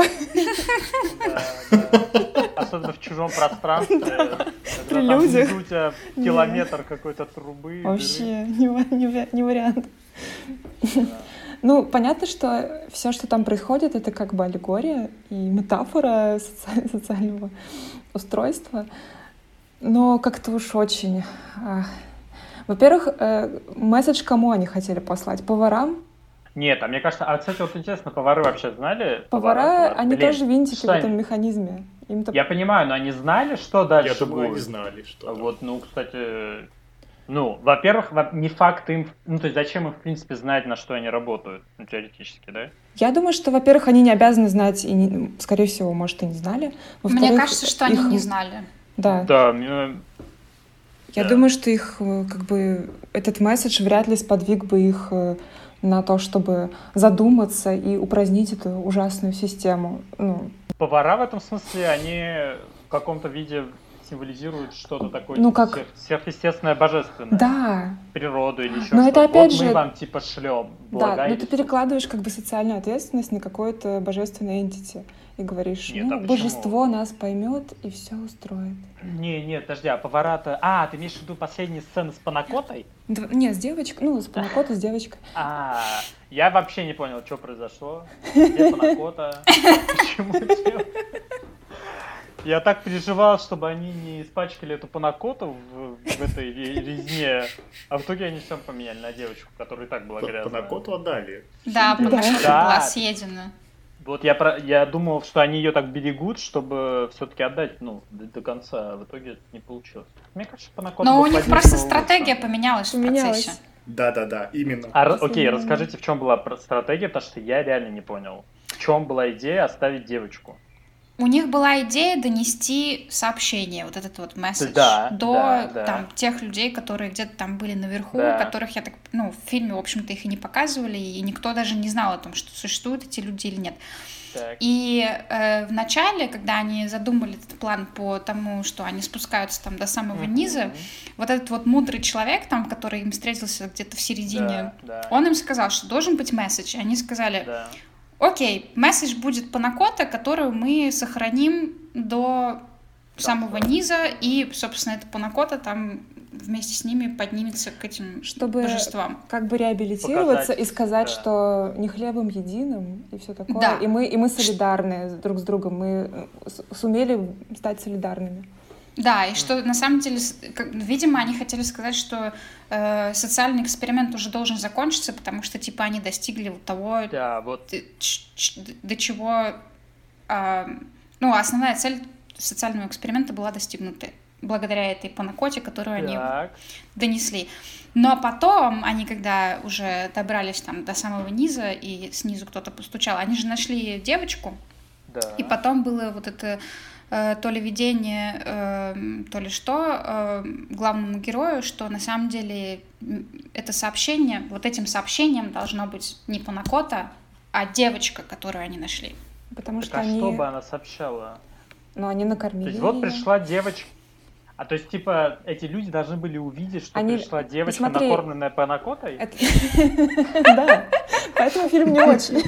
Особенно в чужом пространстве. При людях. У тебя километр какой-то трубы. Вообще не вариант. Понятно, что все, что там происходит, это как бы аллегория и метафора социального устройства. Но как-то уж очень... Во-первых, месседж кому они хотели послать? Поварам? Нет, а мне кажется, кстати, вот интересно, повары вообще знали? Повара, они Блин, тоже винтики что в этом они- механизме. Им-то... Я понимаю, но они знали, что дальше Я думаю, будет? они знали, что... Вот, кстати, во-первых, не факт им, то есть зачем им, в принципе, знать, на что они работают, теоретически, да? Я думаю, что, во-первых, они не обязаны знать, и, скорее всего, может, и не знали. Во-вторых, Мне кажется, что они их- не знали. Да. Да, Я Да. думаю, что их, этот месседж вряд ли сподвиг бы их на то, чтобы задуматься и упразднить эту ужасную систему. повара в этом смысле, они в каком-то виде символизируют что-то такое как... сверхъестественное, божественное. Да. Природу или еще Но что-то. это опять вот же... мы вам типа шлем. Да, но ты перекладываешь социальную ответственность на какое-то божественное entity и говоришь, Нет, а почему? божество нас поймет и все устроит. Нет, подожди, а повара-то... ты имеешь в виду последние сцены с Панакотой? Нет, с девочкой, с Панакотой, с девочкой. Я вообще не понял, что произошло. Где Панакота? Почему? Я так переживал, чтобы они не испачкали эту Панакоту в этой резне, а в итоге они все поменяли на девочку, которая и так была грязная. Панакоту отдали. Да, Панакота была съедена. Вот я думал, что они ее так берегут, чтобы все-таки отдать, до конца, а в итоге это не получилось. Мне кажется, Панакота... Но у них просто стратегия поменялась в процессе. Да, именно. Окей, расскажите, в чем была стратегия, потому что я реально не понял. В чем была идея оставить девочку? У них была идея донести сообщение, вот этот вот месседж, до тех людей, которые где-то там были наверху, которых в фильме, в общем-то, их и не показывали, и никто даже не знал о том, что существуют эти люди или нет. Так. И в начале, когда они задумали этот план по тому, что они спускаются там до самого низа, вот этот вот мудрый человек там, который им встретился где-то в середине, он им сказал, что должен быть месседж. Они сказали... Окей, месседж будет Панакота, которую мы сохраним до самого низа, и, собственно, эта Панакота там вместе с ними поднимется к этим божествам. Чтобы реабилитироваться и сказать, что не хлебом единым и все такое. Да. И мы солидарны друг с другом, мы сумели стать солидарными. Да, и что на самом деле, видимо, они хотели сказать, что социальный эксперимент уже должен закончиться, потому что, типа, они достигли того, до чего... основная цель социального эксперимента была достигнута благодаря этой Панакоте, которую они донесли. Но потом, они когда уже добрались там до самого низа, и снизу кто-то постучал, они же нашли девочку, и потом было вот это... то ли видение, то ли что, главному герою, что на самом деле это сообщение, вот этим сообщением должно быть не Панакота, а девочка, которую они нашли. Потому так, что они... что бы она сообщала? Они накормили. То есть вот пришла девочка, то есть, типа, эти люди должны были увидеть, что пришла девочка, накормленная Панакотой? Да, поэтому фильм не очень.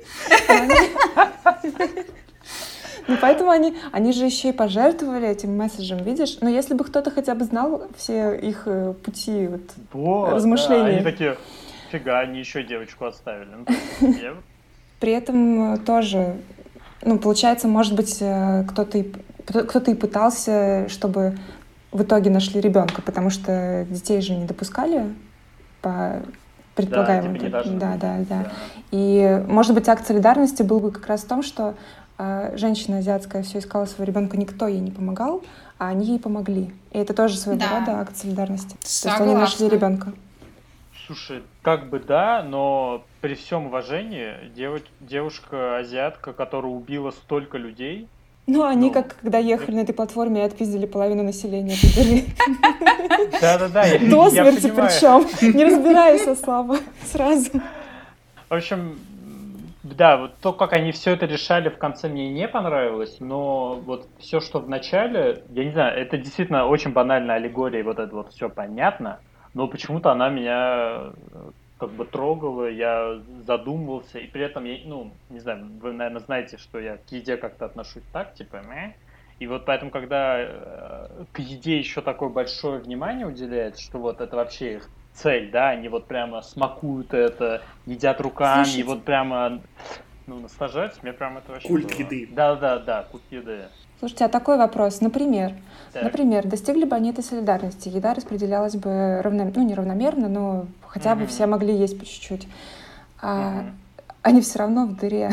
Поэтому они же еще и пожертвовали этим месседжем, видишь? Но если бы кто-то хотя бы знал все их пути размышлений. Да, они такие, фига, они еще девочку оставили. При этом тоже, получается, может быть, кто-то и пытался, чтобы в итоге нашли ребенка, потому что детей же не допускали по предполагаемым. Да. И, может быть, акт солидарности был бы как раз в том, что женщина азиатская все искала своего ребенка, никто ей не помогал, а они ей помогли. И это тоже своего рода акт солидарности. Согласна. То есть они нашли ребенка. Слушай, но при всем уважении девушка-азиатка, которая убила столько людей... Они когда ехали на этой платформе и отпиздили половину населения. Да. До смерти причем. Не разбираясь слабо сразу. В общем... Да, вот то, как они все это решали в конце, мне не понравилось, но вот все, что в начале, я не знаю, это действительно очень банальная аллегория, вот это вот все понятно, но почему-то она меня как бы трогала, я задумывался, и при этом, не знаю, вы, наверное, знаете, что я к еде как-то отношусь так, типа, и вот поэтому, когда к еде еще такое большое внимание уделяется, что вот это вообще их цель, да, они вот прямо смакуют это, едят руками, Слушайте, вот прямо, наслаждаются, мне прямо это вообще культ было. еды. Да, культ еды. Слушайте, а такой вопрос. Например, Так. достигли бы они этой солидарности, еда распределялась бы неравномерно, но хотя бы все могли есть по чуть-чуть. А они все равно в дыре.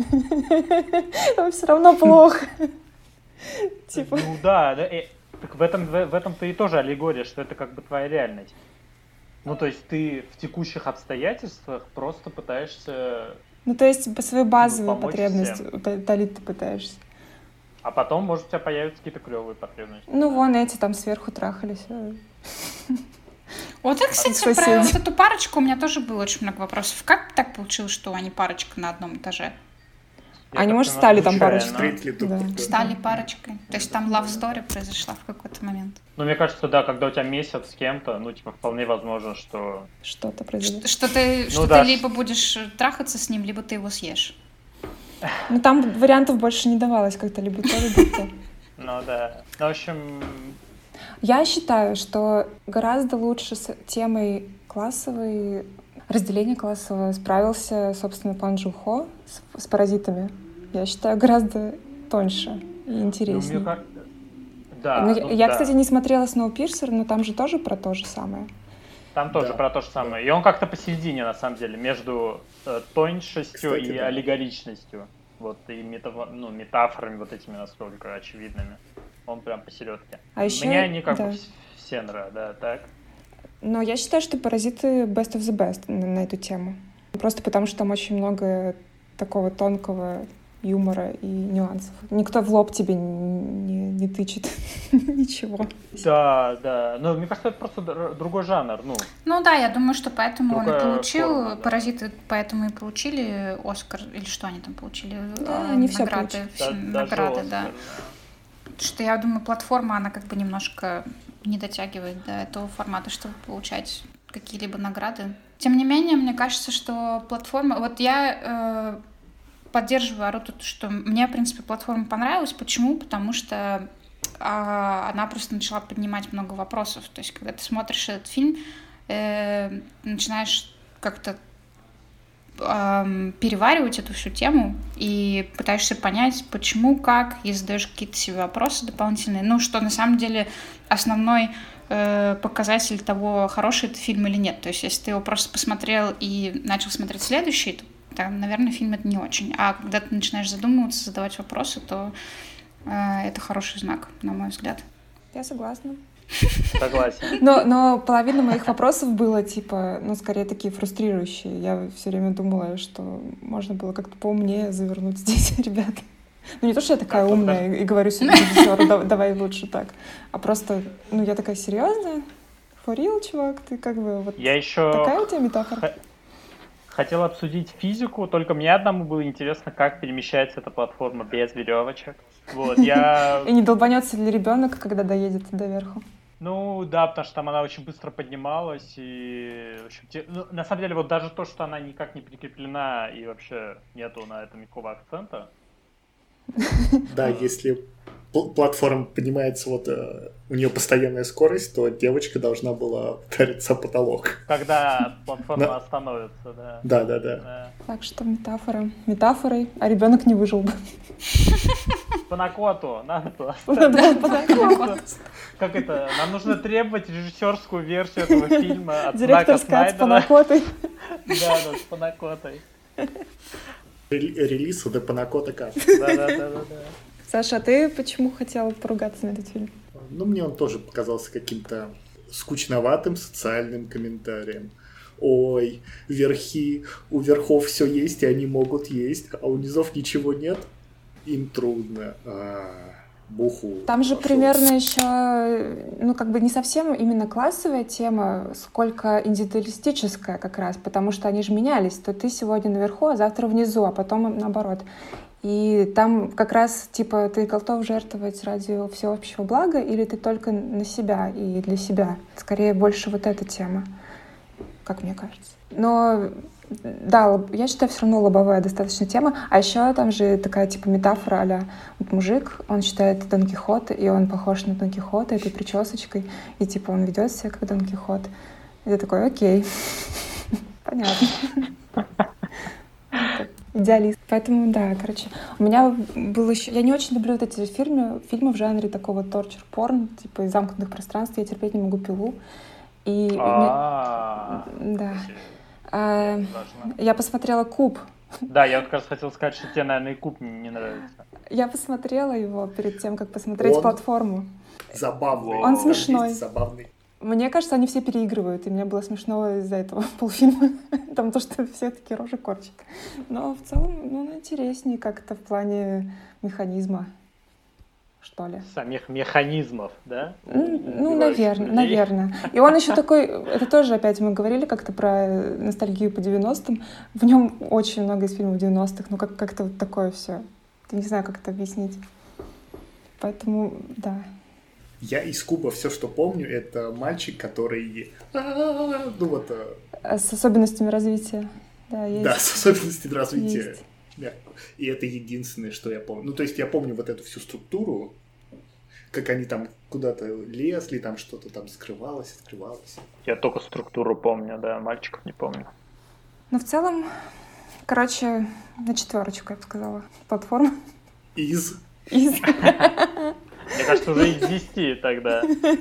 Им все равно плохо. Типа. Ну да, так в этом-то и тоже аллегория, что это как бы твоя реальность. Ну, то есть ты в текущих обстоятельствах просто пытаешься... Ну, то есть по свою базовую помочь потребность всем. утолить ты пытаешься. А потом, может, у тебя появятся какие-то клевые потребности. Ну, вон эти там сверху трахались. Вот это, кстати, Соседи. про вот эту парочку у меня тоже было очень много вопросов. Как так получилось, что они парочка на одном этаже? Они, может, стали там случайно. парочкой. Встретили друг Да. друга. Стали парочкой. То есть там love story произошла в какой-то момент. Ну, мне кажется, да, когда у тебя месяц с кем-то, ну, типа, вполне возможно, что... Что-то произойдет. Что ты да. либо будешь трахаться с ним, либо ты его съешь. Ну, там вариантов больше не давалось как-то либо то, либо то. Ну, да. Ну, в общем, Я считаю, что гораздо лучше с темой классовой, разделения классового справился, собственно, Пан Джун Хо с «Паразитами». Я считаю, гораздо тоньше и ну, интереснее. мне кажется... Да, Ну, ну, я, да. кстати, не смотрела «Сноупирсер», но там же тоже про то же самое. Там тоже Да. про то же самое. И он как-то посередине, на самом деле, между тоньшестью Кстати, и да. аллегоричностью. Вот, и метафорами вот этими настолько очевидными. Он прям посередке. А еще, Мне они как да. бы все нравятся, да, так. Но я считаю, что «Паразиты» best of the best на эту тему. Просто потому, что там очень много такого тонкого юмора и нюансов. Никто в лоб тебе не тычет ничего. Да, да. Ну, мне кажется, это просто другой жанр. Ну, Ну да, я думаю, что поэтому он и Другая получил, форма, да. «Паразиты» поэтому и получили «Оскар», или что они там получили? Да, они всё награды, получили. все даже награды, Оскар, да. Что я думаю, платформа, она как бы немножко не дотягивает до этого формата, чтобы получать какие-либо награды. Тем не менее, мне кажется, что платформа... Вот я поддерживаю Аруту, что мне, в принципе, платформа понравилась. Почему? Потому что она просто начала поднимать много вопросов. То есть, когда ты смотришь этот фильм, начинаешь как-то переваривать эту всю тему и пытаешься понять, почему, как, и задаешь какие-то себе вопросы дополнительные. Ну, что на самом деле основной показатель того, хороший это фильм или нет. То есть, если ты его просто посмотрел и начал смотреть следующий, то, там, наверное, фильм это не очень. А когда ты начинаешь задумываться, задавать вопросы, то это хороший знак, на мой взгляд. Я согласна. Согласен. Но половина моих вопросов было, типа, ну, скорее такие фрустрирующие. Я все время думала, что можно было как-то поумнее завернуть здесь, ребята. Ну, не то, что я такая умная и говорю себе, режиссеру, давай лучше так. А просто, ну, я такая серьезная. For real, чувак, ты как бы вот Я еще такая у тебя метафора? хотел обсудить физику, только мне одному было интересно, как перемещается эта платформа без веревочек. Вот, я... И не долбанется ли ребенок, когда доедет доверху? Ну, да, потому что там она очень быстро поднималась, и, в общем, ну, на самом деле, вот даже то, что она никак не прикреплена, и вообще нету на этом никакого акцента. Да, если платформа поднимается, вот у нее постоянная скорость, то девочка должна была удариться о потолок. Когда платформа остановится, да. Да. Так что метафора. Метафорой, а ребенок не выжил бы. Панакоту, надо было. Как это? Нам нужно требовать режиссерскую версию этого фильма от Зака Директор Скотт с Снайдера. панакотой. Да, с панакотой. Релиз The Panacota Cut. Да. Саша, а ты почему хотела поругаться на этот фильм? Ну, мне он тоже показался каким-то скучноватым социальным комментарием. Ой, верхи, у верхов все есть, и они могут есть, а у низов ничего нет. Им трудно. Буху. Там же пошел. примерно еще, ну, как бы не совсем именно классовая тема, сколько индивидуалистическая как раз, потому что они же менялись. То ты сегодня наверху, а завтра внизу, а потом наоборот. И там как раз, типа, ты готов жертвовать ради всеобщего блага или ты только на себя и для себя? Скорее, больше вот эта тема, как мне кажется. Но да, я считаю, все равно лобовая достаточно тема. А еще там же такая типа метафора а-ля вот мужик, он считает Дон Кихота, и он похож на Дон Кихота этой причесочкой, и типа он ведет себя как Дон Кихот. И ты такой, окей, понятно. Идеалист. Поэтому, да, короче, у меня был еще... Я не очень люблю вот эти фильмы в жанре такого торчер-порн, типа из замкнутых пространств. Я терпеть не могу «Пилу». Да. Я посмотрела «Куб». Да, я вот как раз хотел сказать, что тебе, наверное, и «Куб» не нравится. Я посмотрела его перед тем, как посмотреть «Платформу». Забавный. Он смешной. Забавный. Мне кажется, они все переигрывают, и мне было смешно из-за этого полфильма, потому что все такие рожи корчат. Но в целом, он интереснее как-то в плане механизма, что ли. Самих механизмов, да? Наверное. И он еще такой, это тоже опять мы говорили как-то про ностальгию по 90-м, в нем очень много из фильмов 90-х, ну как-то вот такое все. Я не знаю, как это объяснить. Поэтому, да. Я из «Куба» все, что помню, это мальчик, который... С особенностями развития. Да, есть. Да, с особенностями развития. Есть. И это единственное, что я помню. Ну, то есть я помню вот эту всю структуру, как они там куда-то лезли, там что-то там скрывалось, открывалось. Я только структуру помню, да, мальчиков не помню. Но в целом, короче, на 4, я бы сказала, «Платформа». Из. Мне кажется, уже из 10 тогда.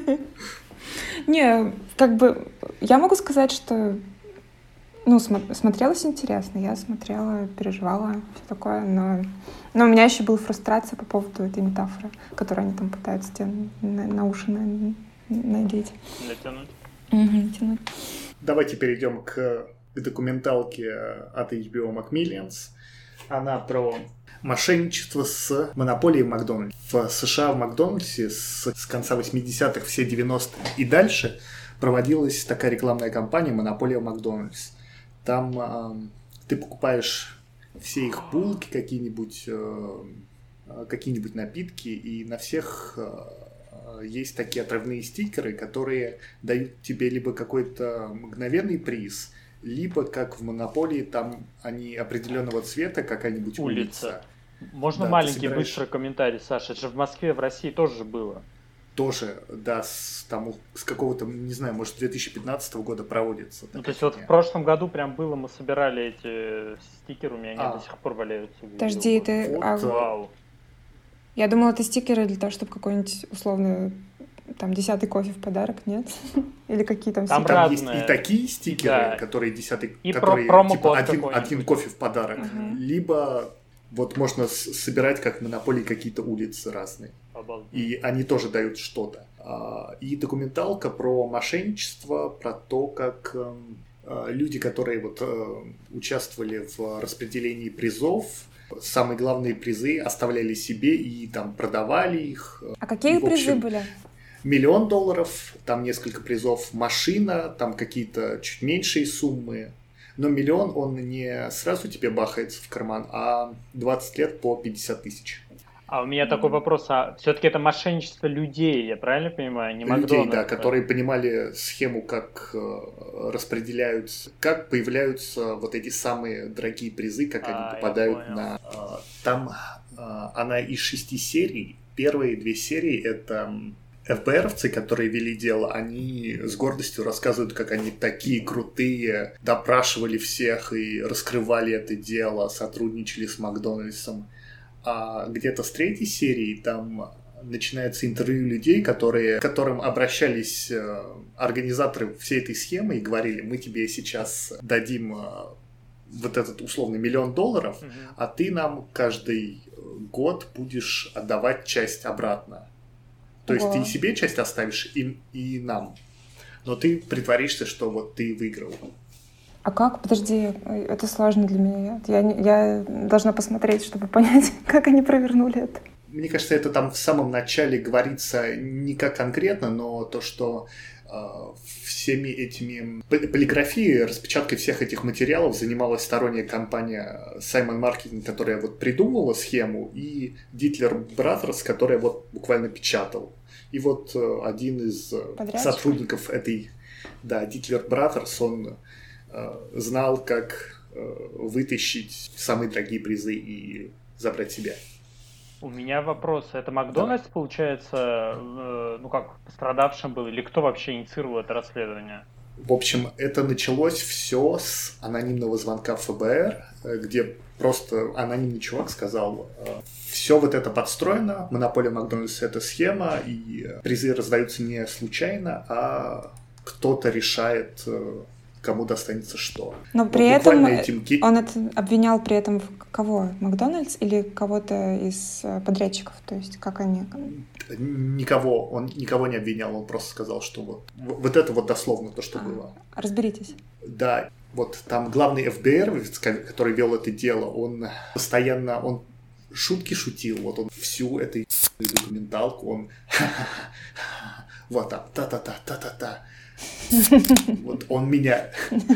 Не, как бы, я могу сказать, что, смотрелось интересно. Я смотрела, переживала, все такое, но у меня еще была фрустрация по поводу этой метафоры, которую они там пытаются тебе на уши надеть. Натянуть. Натянуть. Давайте перейдем к документалке от HBO Macmillians. Она про мошенничество с монополией Макдональдс. В США в Макдональдсе с конца 80-х, все 90-е и дальше проводилась такая рекламная кампания «Монополия Макдональдс». Там ты покупаешь все их булки, какие-нибудь напитки, и на всех есть такие отрывные стикеры, которые дают тебе либо какой-то мгновенный приз, либо, как в «Монополии», там они определенного цвета, какая-нибудь улица. Можно маленький быстрый комментарий, Саша? Это же в Москве, в России тоже было. Тоже, да, с какого-то, не знаю, может, 2015 года проводится. Ну, то есть вот в прошлом году прям было, мы собирали эти стикеры, у меня они до сих пор валяются. Подожди, Вау. Я думала, это стикеры для того, чтобы какой-нибудь, условно, там, 10-й кофе в подарок, нет? Или какие там стикеры? Там есть и такие стикеры, да, которые 10-й, и которые типа один кофе в подарок. Либо вот можно собирать, как в «Монополии», какие-то улицы разные. Обалдеть. И они тоже дают что-то. И документалка про мошенничество, про то, как люди, которые вот участвовали в распределении призов, самые главные призы оставляли себе и там продавали их. А какие призы были? $1 миллион, там несколько призов, машина, там какие-то чуть меньшие суммы. Но $1 миллион, он не сразу тебе бахается в карман, а 20 лет по 50 тысяч. А у меня такой вопрос, а все-таки это мошенничество людей, я правильно понимаю, не Макдональдс? Людей, да, которые понимали схему, как распределяются, как появляются вот эти самые дорогие призы, как они попадают на... Там она из 6 серий. Первые 2 серии — это ФБРовцы, которые вели дело, они с гордостью рассказывают, как они такие крутые, допрашивали всех и раскрывали это дело, сотрудничали с Макдональдсом. А где-то с 3 серии там начинается интервью людей, к которым обращались организаторы всей этой схемы и говорили: мы тебе сейчас дадим вот этот условный $1 миллион, а ты нам каждый год будешь отдавать часть обратно. То есть ты себе часть оставишь и нам, но ты притворишься, что вот ты выиграл. А как? Подожди, это сложно для меня. Я должна посмотреть, чтобы понять, как они провернули это. Мне кажется, это там в самом начале говорится не как конкретно, но то, что всеми этими полиграфией, распечаткой всех этих материалов занималась сторонняя компания Simon Marketing, которая вот придумывала схему, и Dietler Brothers, которая вот буквально печатал. И вот один из сотрудников этой, Dietler Brothers, он знал, как вытащить самые дорогие призы и забрать себе. У меня вопрос. Это Макдональдс, получается, как пострадавшим был? Или кто вообще инициировал это расследование? В общем, это началось все с анонимного звонка в ФБР, где просто анонимный чувак сказал: все вот это подстроено, монополия Макдональдса — это схема, и призы раздаются не случайно, а кто-то решает, кому достанется что. Но при этом он это обвинял при этом кого? Макдональдс или кого-то из подрядчиков? То есть как они... Никого, он никого не обвинял, он просто сказал, что вот это вот дословно то, что было. Разберитесь. Да, вот там главный ФБР, который вел это дело, он постоянно, он шутки шутил, вот он всю эту документалку, он вот там, та-та-та. Вот он меня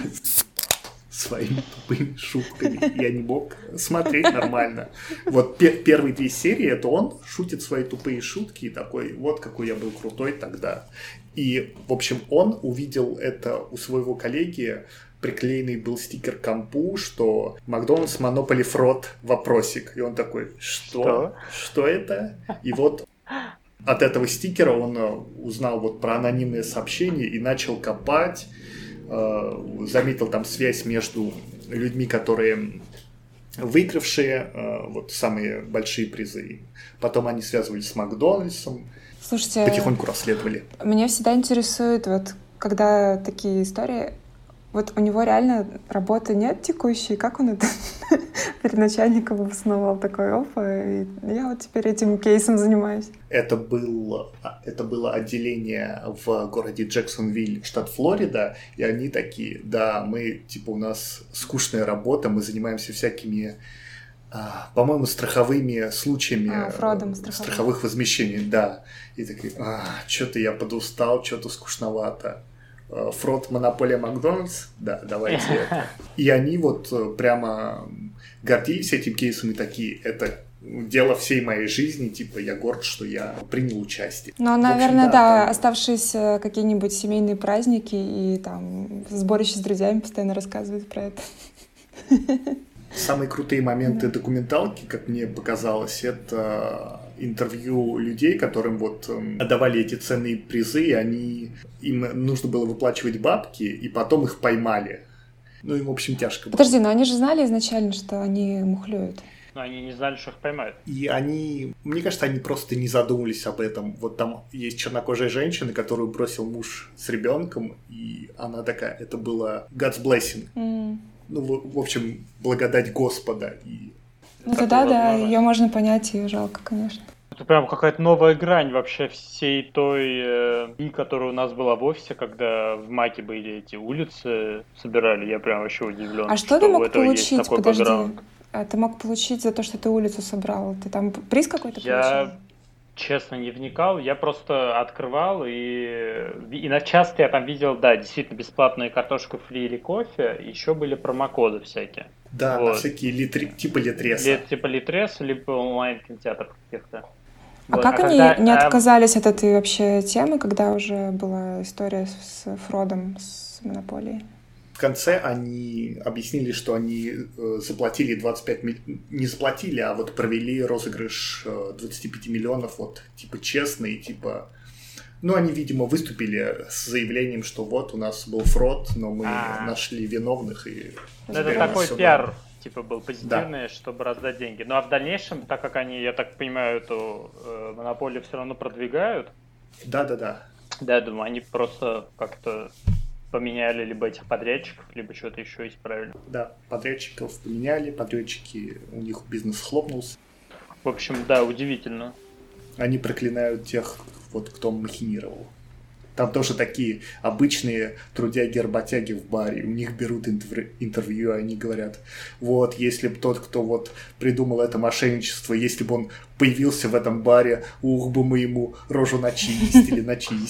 своими тупыми шутками. Я не мог смотреть нормально. Вот первые 2 серии, это он шутит свои тупые шутки и такой: вот какой я был крутой тогда. И, в общем, он увидел это у своего коллеги. Приклеенный был стикер к компу, что Макдональдс Monopoly Fraud вопросик. И он такой: что? Что это? И вот от этого стикера он узнал вот про анонимные сообщения и начал копать, заметил там связь между людьми, которые выигравшие вот самые большие призы. Потом они связывались с Макдональдсом. Слушайте, потихоньку расследовали. Меня всегда интересует, вот когда такие истории, вот у него реально работы нет текущей, как он это перед начальником обосновал такой: опа, и я вот теперь этим кейсом занимаюсь. Это было отделение в городе Джексонвиль, штат Флорида, и они такие: да, мы, типа, у нас скучная работа, мы занимаемся всякими, по-моему, страховыми случаями, фродом страховых возмещений, да. И такие: что-то я подустал, что-то скучновато. Фрод, монополия Макдональдс, да, давайте это. И они вот прямо гордились этим кейсом и такие: это дело всей моей жизни, типа, я горд, что я принял участие. Ну, наверное, да, оставшиеся какие-нибудь семейные праздники и там сборище с друзьями постоянно рассказывают про это. Самые крутые моменты документалки, как мне показалось, это интервью людей, которым вот отдавали эти ценные призы, и им нужно было выплачивать бабки, и потом их поймали. Ну, им, в общем, тяжко было. Подожди, но они же знали изначально, что они мухлюют. Но они не знали, что их поймают. И они, мне кажется, они просто не задумывались об этом. Вот там есть чернокожая женщина, которую бросил муж с ребенком, и она такая: это было God's blessing. Ну, в общем, благодать Господа. И ну, тогда, да, ее можно понять, ее жалко, конечно. Это прям какая-то новая грань вообще всей той которая у нас была в офисе, когда в Маке были эти улицы, собирали. Я прям вообще удивлен. А что ты мог получить? Подожди. Бэкграунд. А ты мог получить за то, что ты улицу собрал? Ты там приз какой-то получил? Я, честно, не вникал. Я просто открывал, и часто я там видел, да, действительно бесплатную картошку фри или кофе. Еще были промокоды всякие. Да, вот. На всякие типа Литреса. Типа Литреса, либо онлайн-кинотеатров каких-то. А вот. Как они не отказались от этой вообще темы, когда уже была история с фродом, с монополией? В конце они объяснили, что они заплатили 25 миллионов, не заплатили, а вот провели розыгрыш 25 миллионов, вот, типа, честный, типа... Ну, они, видимо, выступили с заявлением, что вот, у нас был фрод, но мы нашли виновных, и... Это такой пиар, типа, был позитивный, да, чтобы раздать деньги. Ну, а в дальнейшем, так как они, я так понимаю, эту монополию все равно продвигают... Да. Да, я думаю, они просто как-то... поменяли либо этих подрядчиков, либо что-то еще исправили. Да, подрядчиков поменяли, подрядчики, у них бизнес хлопнулся. В общем, да, удивительно. Они проклинают тех, вот, кто махинировал. Там тоже такие обычные трудяги-работяги в баре. У них берут интервью, и они говорят: вот, если бы тот, кто вот придумал это мошенничество, если бы он появился в этом баре, ух бы мы ему рожу начистили.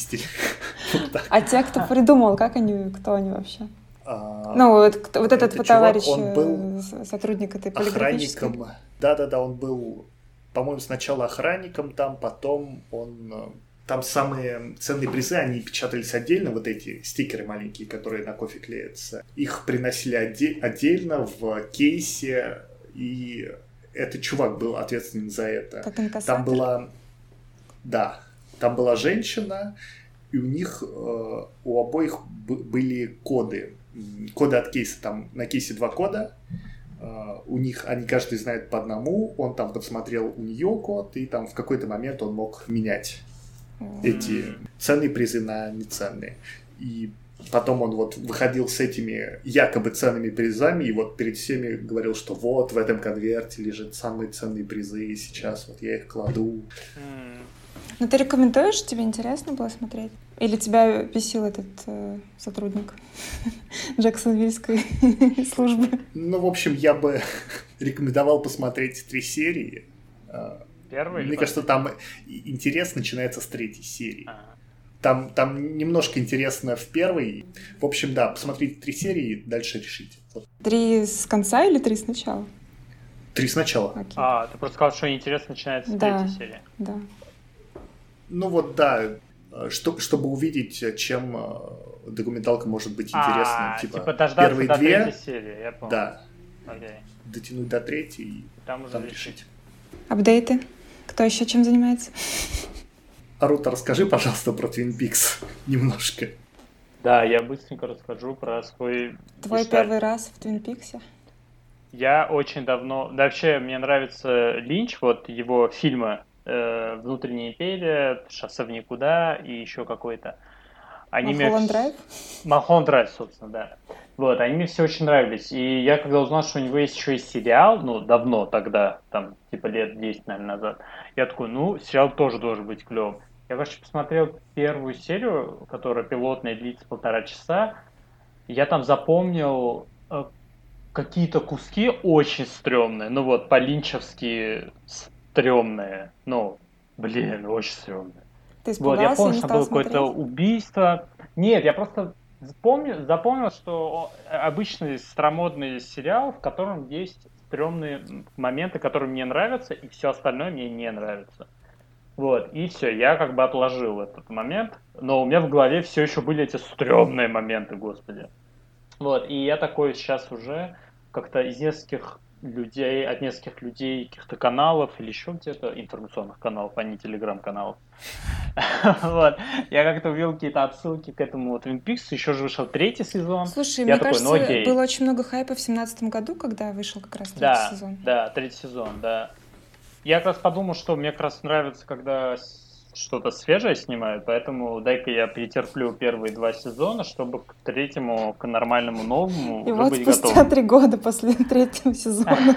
А те, кто придумал, кто они вообще? Ну, вот этот товарищ, сотрудник этой полиграфической. Охранником. Да, он был, по-моему, сначала охранником там, потом он... Там самые ценные призы, они печатались отдельно, вот эти стикеры маленькие, которые на кофе клеятся. Их приносили отдельно в кейсе, и этот чувак был ответственен за это. Как инкассатор? Там была женщина, и у них у обоих были коды. Коды от кейса, там на кейсе 2 кода. У них они каждый знает по одному, он там подсмотрел у нее код, и там в какой-то момент он мог менять эти ценные призы на неценные. И потом он вот выходил с этими якобы ценными призами, и вот перед всеми говорил, что вот в этом конверте лежат самые ценные призы, и сейчас вот я их кладу. Ну ты рекомендуешь? Тебе интересно было смотреть? Или тебя бесил этот сотрудник Джексонвильской службы? Ну, в общем, я бы рекомендовал посмотреть 3 серии. Первый? Мне кажется, там интерес начинается с 3-й серии. Там немножко интересно в первой. В общем, да, посмотрите 3 серии и дальше решите. 3 с конца или 3 сначала? 3 сначала. Окей. Ты просто сказал, что интерес начинается с 3-й серии. Да. Ну вот, да, чтобы увидеть, чем документалка может быть интересна. Типа дождаться первые до 2 3-й серии, я понял. Да. Окей. Дотянуть до 3-й и там уже решить. Апдейты? Кто еще чем занимается? Арута, расскажи, пожалуйста, про Twin Peaks немножко. Да, я быстренько расскажу про свой... Твой первый раз в Twin Peaks? Я очень давно... Да, вообще, мне нравится Линч, вот его фильмы «Внутренняя империя», «Шоссе в никуда» и еще какой-то. Малхолланд Драйв? Малхолланд Драйв, собственно, да. Вот, они мне все очень нравились. И я когда узнал, что у него есть еще и сериал, ну, давно тогда, там, типа лет 10, наверное, назад, я такой, ну, сериал тоже должен быть клевым. Я, короче, посмотрел первую серию, которая пилотная, длится 1,5 часа. Я там запомнил какие-то куски очень стрёмные, ну вот, по-линчевски стрёмные. Ну, блин, очень стрёмные. Ты испугался, вот, я помню, не что стал было какое-то убийство. Нет, я просто запомнил, что обычный старомодный сериал, в котором есть стрёмные моменты, которые мне нравятся, и все остальное мне не нравится. Вот, и все, я как бы отложил этот момент, но у меня в голове все еще были эти стрёмные моменты, господи. Вот, и я такой сейчас уже как-то из нескольких людей, от нескольких людей, каких-то каналов или еще где-то информационных каналов, а не телеграм-каналов. Вот, я как-то увидел какие-то отсылки к этому Twin Peaks, еще же вышел 3-й сезон. Слушай, мне кажется, было очень много хайпа в 2017 году, когда вышел как раз 3-й сезон. Да, 3-й сезон, да. Я как раз подумал, что мне как раз нравится, когда что-то свежее снимают, поэтому дай-ка я перетерплю первые 2 сезона, чтобы к 3-му, к нормальному новому и уже вот быть спустя готовым. 3 года после 3-го сезона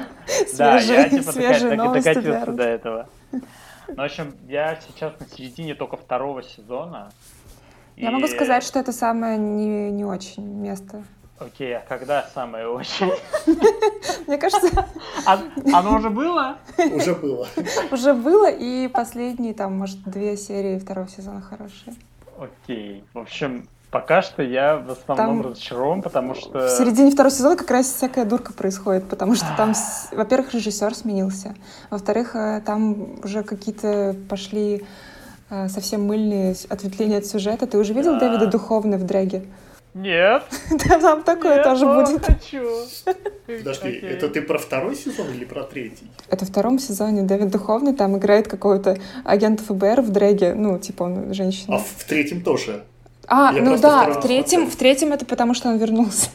свежие новости докатился до этого. Ну, в общем, я сейчас на середине только 2-го сезона. Я могу сказать, что это самое не очень место. Окей, а когда самое очень? Мне кажется... Оно уже было? Уже было. Уже было, и последние, там, может, 2 серии 2-го сезона хорошие. Окей. В общем, пока что я в основном разочарован, потому что... В середине 2-го сезона как раз всякая дурка происходит, потому что там, во-первых, режиссер сменился, во-вторых, там уже какие-то пошли совсем мыльные ответвления от сюжета. Ты уже видел Дэвида Духовны в дрэге? Нет. Там такое тоже будет. Хочу. Подожди, это ты про 2-й сезон или про 3-й? Это в 2-м сезоне Дэвид Духовный там играет какого-то агента ФБР в дрэге, ну, типа он женщина. А в 3-м тоже? Ну да, в третьем это потому, что он вернулся.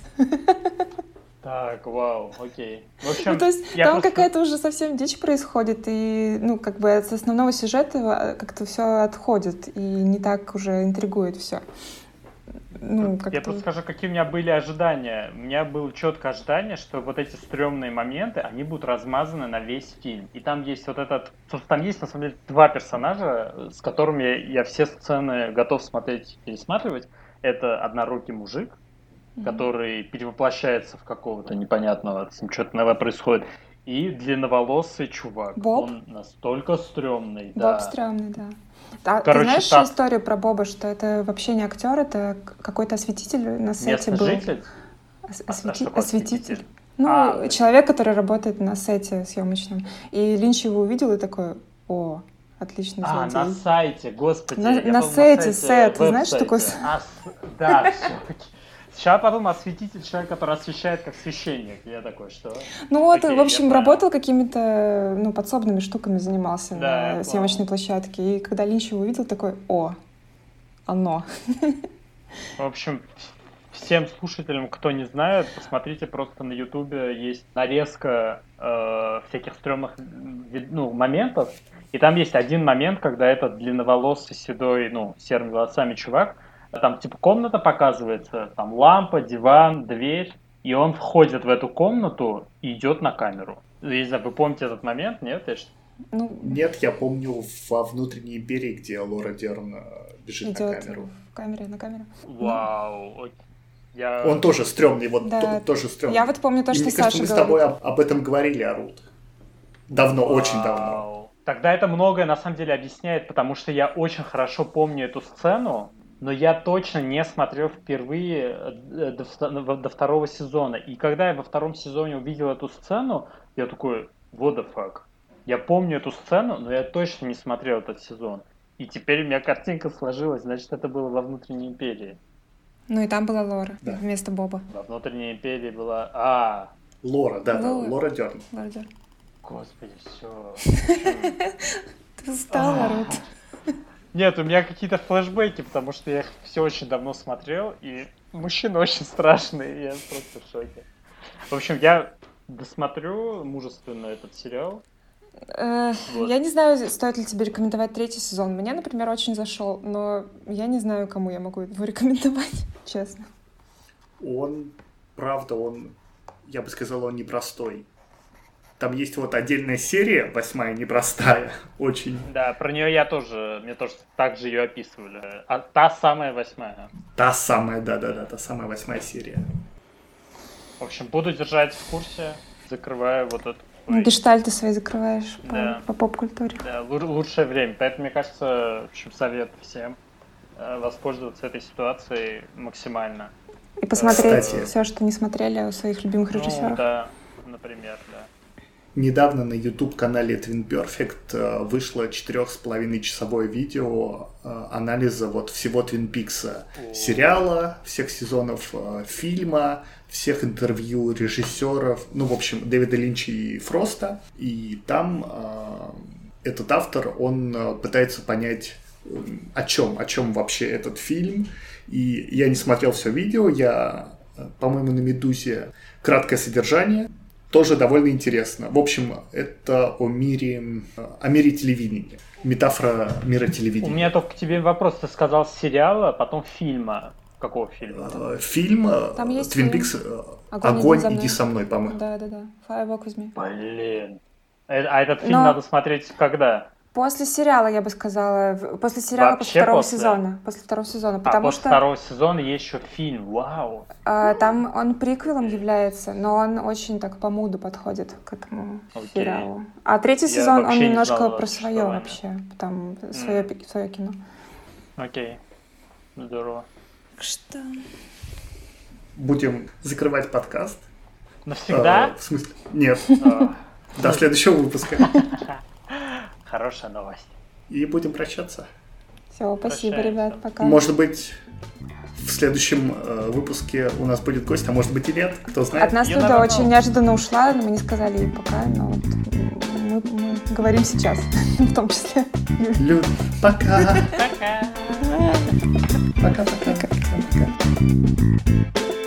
Так, вау, окей. В общем, ну, то есть там какая-то уже совсем дичь происходит, и, ну, как бы от основного сюжета как-то все отходит, и не так уже интригует все. Ну, я просто скажу, какие у меня были ожидания. У меня было четкое ожидание, что вот эти стрёмные моменты, они будут размазаны на весь фильм. И там есть вот этот... Там есть, на самом деле, 2 персонажа, с которыми я все сцены готов смотреть, пересматривать. Это однорукий мужик, который перевоплощается в какого-то непонятного, с ним что-то новое происходит. И длинноволосый чувак. Боб? Он настолько стрёмный. Боб стрёмный, да. Короче, ты знаешь историю про Боба, что это вообще не актер, это какой-то осветитель на сете был? Житель? Осветитель. Ну, человек, который работает на сете съемочном. И Линч его увидел и такой: о, отличный злодей. На сайте, господи. На сете, сет. Ты знаешь, что такое? Да, все. Сейчас потом осветитель, человек, который освещает как священник. Я такой, что? Ну вот, в общем, работал какими-то подсобными штуками, занимался на съемочной площадке. И когда Линч его увидел, такой: о, оно. В общем, всем слушателям, кто не знает, посмотрите, просто на Ютубе есть нарезка всяких стрёмных моментов. И там есть один момент, когда этот длинноволосый, седой, серыми волосами чувак, там типа комната показывается, там лампа, диван, дверь, и он входит в эту комнату и идет на камеру. Я не знаю, вы помните этот момент, нет? Нет, я помню во «Внутренней империи», где Лора Дерн бежит идет на камеру. На камеру. Вау. Он тоже стрёмный, да. тоже стрёмный. Я вот помню то, что мне Саша кажется, мы с тобой об этом говорили, Арут. Давно, очень давно. Тогда это многое на самом деле объясняет, потому что я очень хорошо помню эту сцену, но я точно не смотрел впервые до второго сезона. И когда я во втором сезоне увидел эту сцену, я такой, what the fuck? Я помню эту сцену, но я точно не смотрел этот сезон. И теперь у меня картинка сложилась, значит, это было во «Внутренней империи». Ну и там была Лора да. вместо Боба. Во «Внутренней империи» была... Лора, да, Лора Дерн. Господи, все. Ты устал, Арут? Нет, у меня какие-то флешбеки, потому что я их все очень давно смотрел, и мужчины очень страшные, я просто в шоке. В общем, я досмотрю мужественно этот сериал. Вот. Я не знаю, стоит ли тебе рекомендовать третий сезон. Мне, например, очень зашел, но я не знаю, кому я могу его рекомендовать, честно. Правда, я бы сказал, он непростой. Там есть вот отдельная серия, 8-я, непростая, очень. Да, про нее мне тоже так же ее описывали. А та самая 8-я. Та самая, да, та самая 8-я серия. В общем, буду держать в курсе, закрываю вот эту. Гештальты свои закрываешь по поп-культуре. Да, лучшее время. Поэтому, мне кажется, в общем, совет всем воспользоваться этой ситуацией максимально. И посмотреть все, что не смотрели у своих любимых режиссеров. Да, например, да. Недавно на YouTube-канале Twin Perfect вышло 4,5-часовое видео анализа вот всего Twin Peaks. Сериала, всех сезонов фильма, всех интервью режиссеров, в общем, Дэвида Линча и Фроста. И там этот автор, он пытается понять, о чем вообще этот фильм. И я не смотрел все видео, по-моему, на «Медузе» краткое содержание. Тоже довольно интересно. В общем, это о мире телевидения. Метафора мира телевидения. У меня только к тебе вопрос. Ты сказал сериала, потом фильма. Какого фильма? Фильм Twin Peaks «Огонь, иди со мной», по-моему. Да. Fire Walk with me. Блин. А этот фильм надо смотреть когда? После сериала, я бы сказала. После сериала после второго сезона. После второго сезона. После второго сезона есть еще фильм. Вау. Там он приквелом является, но он очень так по муду подходит к этому сериалу. А третий сезон, он немножко про свое вообще. Там свое кино. Окей. Здорово. Что? Будем закрывать подкаст. Навсегда? В смысле? Нет. До следующего выпуска. Хорошая новость. И будем прощаться. Все, спасибо, ребят, пока. Может быть, в следующем выпуске у нас будет гость, а может быть и нет, кто знает. От нас Люда очень неожиданно ушла, но мы не сказали ей пока, но вот мы говорим сейчас, в том числе. Люд, пока. Пока. Пока-пока.